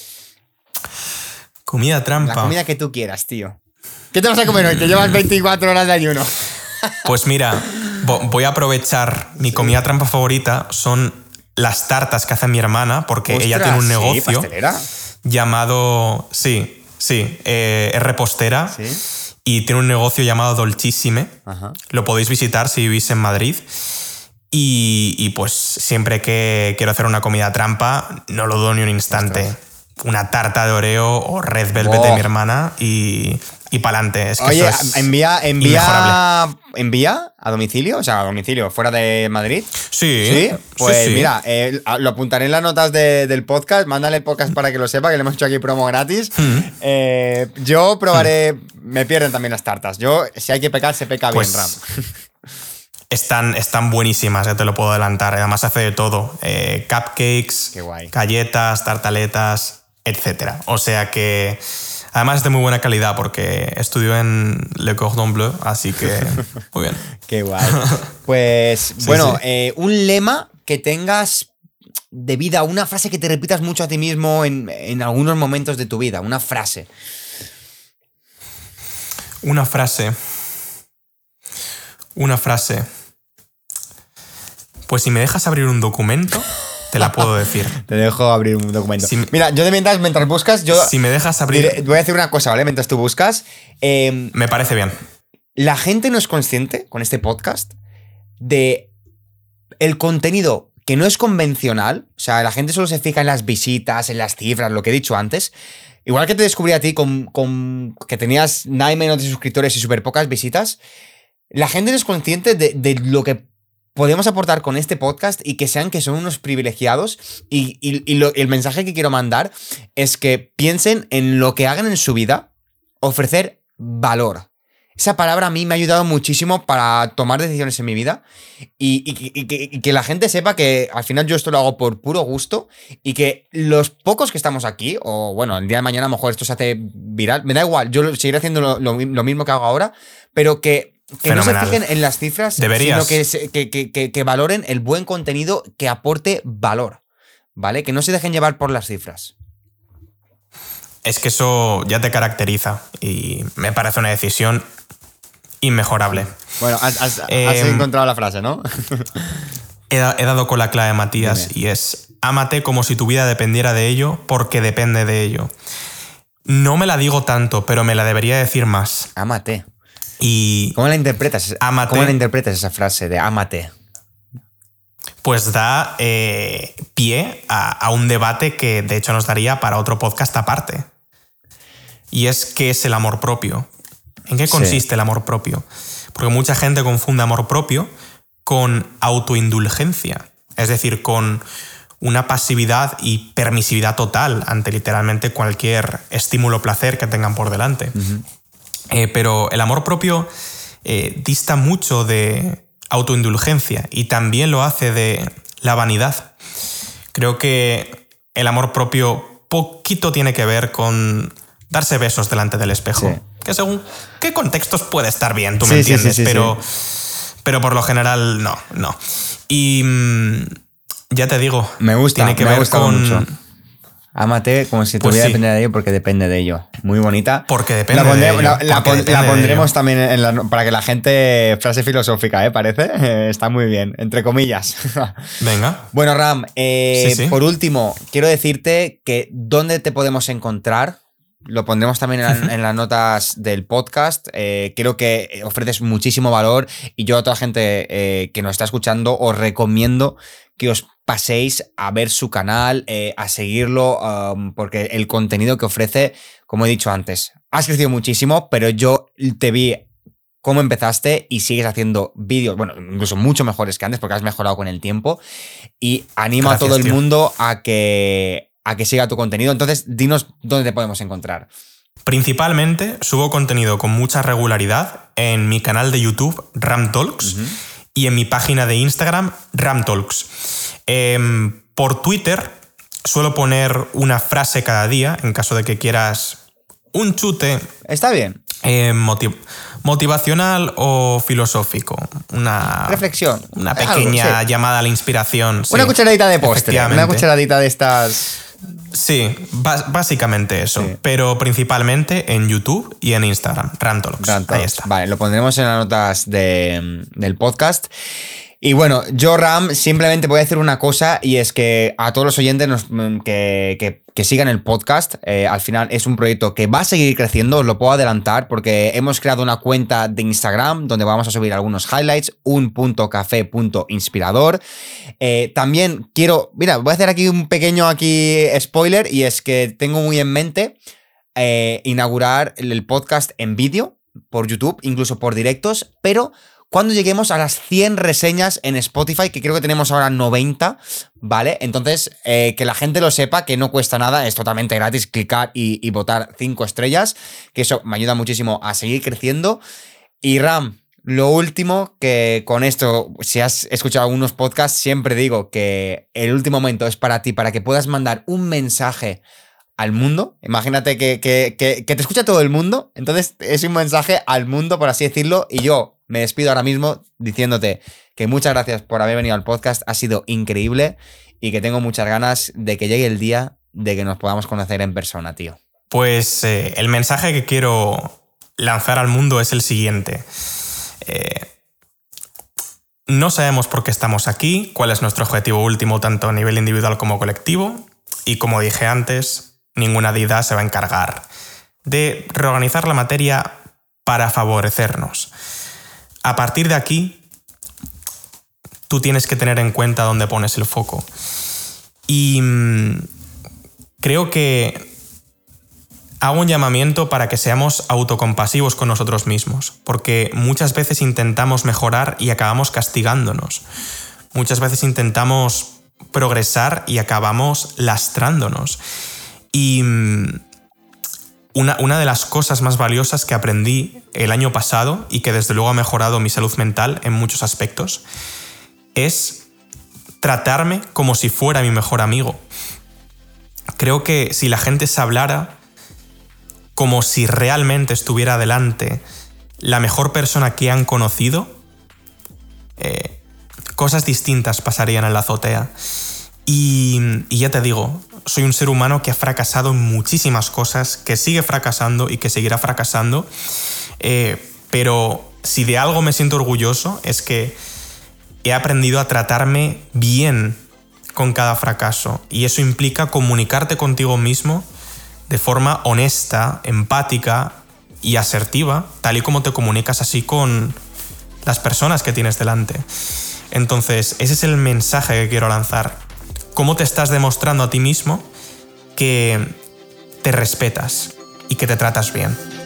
Comida trampa. La comida que tú quieras, tío. ¿Qué te vas a comer hoy? Que llevas veinticuatro horas de ayuno. Pues mira, voy a aprovechar. Mi comida trampa favorita son las tartas que hace mi hermana, porque Ostras, ella tiene un negocio ¿sí? ¿Pastelera? llamado... Sí, sí, eh, es repostera. ¿Sí? Y tiene un negocio llamado Dolcissime. Ajá. Lo podéis visitar si vivís en Madrid. Y, y pues siempre que quiero hacer una comida trampa, no lo dudo ni un instante. Ostras. Una tarta de Oreo o Red Velvet oh. de mi hermana y, y pa'lante. Es que Oye, eso es envía, envía, envía a domicilio, o sea, a domicilio, fuera de Madrid. Sí. Sí, pues sí, sí. mira, eh, lo apuntaré en las notas de, del podcast. Mándale el podcast para que lo sepa, que le hemos hecho aquí promo gratis. Mm. Eh, yo probaré, mm. me pierden también las tartas. Yo, si hay que pecar, se peca pues, bien, Ram. están, están buenísimas, ya te lo puedo adelantar. Además hace de todo. Eh, cupcakes, galletas, tartaletas, etcétera. O sea que... Además es de muy buena calidad porque estudió en Le Cordon Bleu, así que muy bien. Qué guay. Pues sí, bueno, sí. Eh, un lema que tengas de vida, una frase que te repitas mucho a ti mismo en, en algunos momentos de tu vida, una frase. Una frase. Una frase. Pues si me dejas abrir un documento... Te la puedo decir. Te dejo abrir un documento. Si, Mira, yo de mientras, mientras buscas, yo... Si me dejas abrir... Diré, voy a decir una cosa, ¿vale? Mientras tú buscas. Eh, me parece bien. La gente no es consciente, con este podcast, de el contenido que no es convencional. O sea, la gente solo se fija en las visitas, en las cifras, lo que he dicho antes. Igual que te descubrí a ti con, con que tenías nada menos de suscriptores y súper pocas visitas, la gente no es consciente de, de lo que podemos aportar con este podcast y que sean que son unos privilegiados y, y, y lo, el mensaje que quiero mandar es que piensen en lo que hagan en su vida, ofrecer valor. Esa palabra a mí me ha ayudado muchísimo para tomar decisiones en mi vida y, y, y, que, y que la gente sepa que al final yo esto lo hago por puro gusto y que los pocos que estamos aquí, o bueno, el día de mañana a lo mejor esto se hace viral, me da igual, yo seguiré haciendo lo, lo, lo mismo que hago ahora, pero que Que Fenomenal. No se fijen en las cifras, Deberías. sino que, se, que, que, que, que valoren el buen contenido que aporte valor, ¿vale? Que no se dejen llevar por las cifras. Es que eso ya te caracteriza y me parece una decisión inmejorable. Bueno, has, has, eh, has encontrado la frase, ¿no? he, he dado con la clave, Matías, Dime. Y es: ámate como si tu vida dependiera de ello, porque depende de ello. No me la digo tanto, pero me la debería decir más. Ámate. Y ¿Cómo la interpretas? Ámate, ¿Cómo la interpretas esa frase de ámate? Pues da eh, pie a, a un debate que de hecho nos daría para otro podcast aparte. Y es ¿qué es el amor propio? ¿En qué consiste sí. el amor propio? Porque mucha gente confunde amor propio con autoindulgencia. Es decir, con una pasividad y permisividad total ante literalmente cualquier estímulo o placer que tengan por delante. Uh-huh. Eh, pero el amor propio eh, dista mucho de autoindulgencia y también lo hace de la vanidad. Creo que el amor propio poquito tiene que ver con darse besos delante del espejo. Sí. Que según qué contextos puede estar bien, tú sí, me entiendes, sí, sí, sí, pero, sí. pero por lo general no, no. Y mmm, ya te digo, me gusta, tiene que me ver ha con... mucho. Ámate como si tu pues vida sí. dependiera de ello, porque depende de ello. Muy bonita. Porque depende la pondré, de ello. La, la, porque pon, depende la pondremos de también en la, para que la gente... Frase filosófica, ¿eh? Parece. Eh, está muy bien, entre comillas. Venga. Bueno, Ram, eh, sí, sí. por último, quiero decirte que ¿dónde te podemos encontrar? Lo pondremos también en, en las notas del podcast. Eh, creo que ofreces muchísimo valor y yo a toda la gente eh, que nos está escuchando os recomiendo que os paséis a ver su canal, eh, a seguirlo, um, porque el contenido que ofrece, como he dicho antes, has crecido muchísimo, pero yo te vi cómo empezaste y sigues haciendo vídeos, bueno, incluso mucho mejores que antes porque has mejorado con el tiempo y animo Gracias, a todo el tío. mundo a que, a que siga tu contenido. Entonces, dinos dónde te podemos encontrar. Principalmente subo contenido con mucha regularidad en mi canal de YouTube, Ram Talks, uh-huh. y en mi página de Instagram, Ram Talks. Eh, por Twitter suelo poner una frase cada día, en caso de que quieras un chute. Está bien. Eh, motiv- motivacional o filosófico. Una reflexión. Una pequeña Algo, sí. llamada a la inspiración. Una sí, cucharadita de postre. Una cucharadita de estas... Sí, b- básicamente eso. Sí. Pero principalmente en YouTube y en Instagram. Ram Talks. Ram Talks. Ahí está. Vale, lo pondremos en las notas de, del podcast. Y bueno, yo, Ram, simplemente voy a decir una cosa y es que a todos los oyentes nos, que, que, que sigan el podcast, eh, al final es un proyecto que va a seguir creciendo, os lo puedo adelantar porque hemos creado una cuenta de Instagram donde vamos a subir algunos highlights, un punto café punto inspirador. Eh, también quiero, mira, voy a hacer aquí un pequeño aquí spoiler y es que tengo muy en mente eh, inaugurar el, el podcast en vídeo por YouTube, incluso por directos, pero... cuando lleguemos a las cien reseñas en Spotify, que creo que tenemos ahora noventa, ¿vale? Entonces, eh, que la gente lo sepa, que no cuesta nada, es totalmente gratis clicar y, y votar cinco estrellas, que eso me ayuda muchísimo a seguir creciendo. Y Ram, Lo último, que con esto, si has escuchado algunos podcasts, siempre digo que el último momento es para ti, para que puedas mandar un mensaje al mundo. Imagínate que, que, que, que te escucha todo el mundo, entonces es un mensaje al mundo, por así decirlo, y yo me despido ahora mismo diciéndote que muchas gracias por haber venido al podcast, ha sido increíble y que tengo muchas ganas de que llegue el día de que nos podamos conocer en persona, tío. Pues eh, el mensaje que quiero lanzar al mundo es el siguiente. Eh, no sabemos por qué estamos aquí, cuál es nuestro objetivo último, tanto a nivel individual como colectivo, y como dije antes, ninguna deidad se va a encargar de reorganizar la materia para favorecernos. A partir de aquí, tú tienes que tener en cuenta dónde pones el foco. Y mmm, creo que hago un llamamiento para que seamos autocompasivos con nosotros mismos, porque muchas veces intentamos mejorar y acabamos castigándonos. Muchas veces intentamos progresar y acabamos lastrándonos. Y una, una de las cosas más valiosas que aprendí el año pasado y que desde luego ha mejorado mi salud mental en muchos aspectos es tratarme como si fuera mi mejor amigo. Creo que si la gente se hablara como si realmente estuviera delante la mejor persona que han conocido, eh, cosas distintas pasarían en la azotea. Y, y ya te digo, soy un ser humano que ha fracasado en muchísimas cosas, que sigue fracasando y que seguirá fracasando, eh, pero si de algo me siento orgulloso es que he aprendido a tratarme bien con cada fracaso, y eso implica comunicarte contigo mismo de forma honesta, empática y asertiva, tal y como te comunicas así con las personas que tienes delante. Entonces, ese es el mensaje que quiero lanzar. ¿Cómo te estás demostrando a ti mismo que te respetas y que te tratas bien?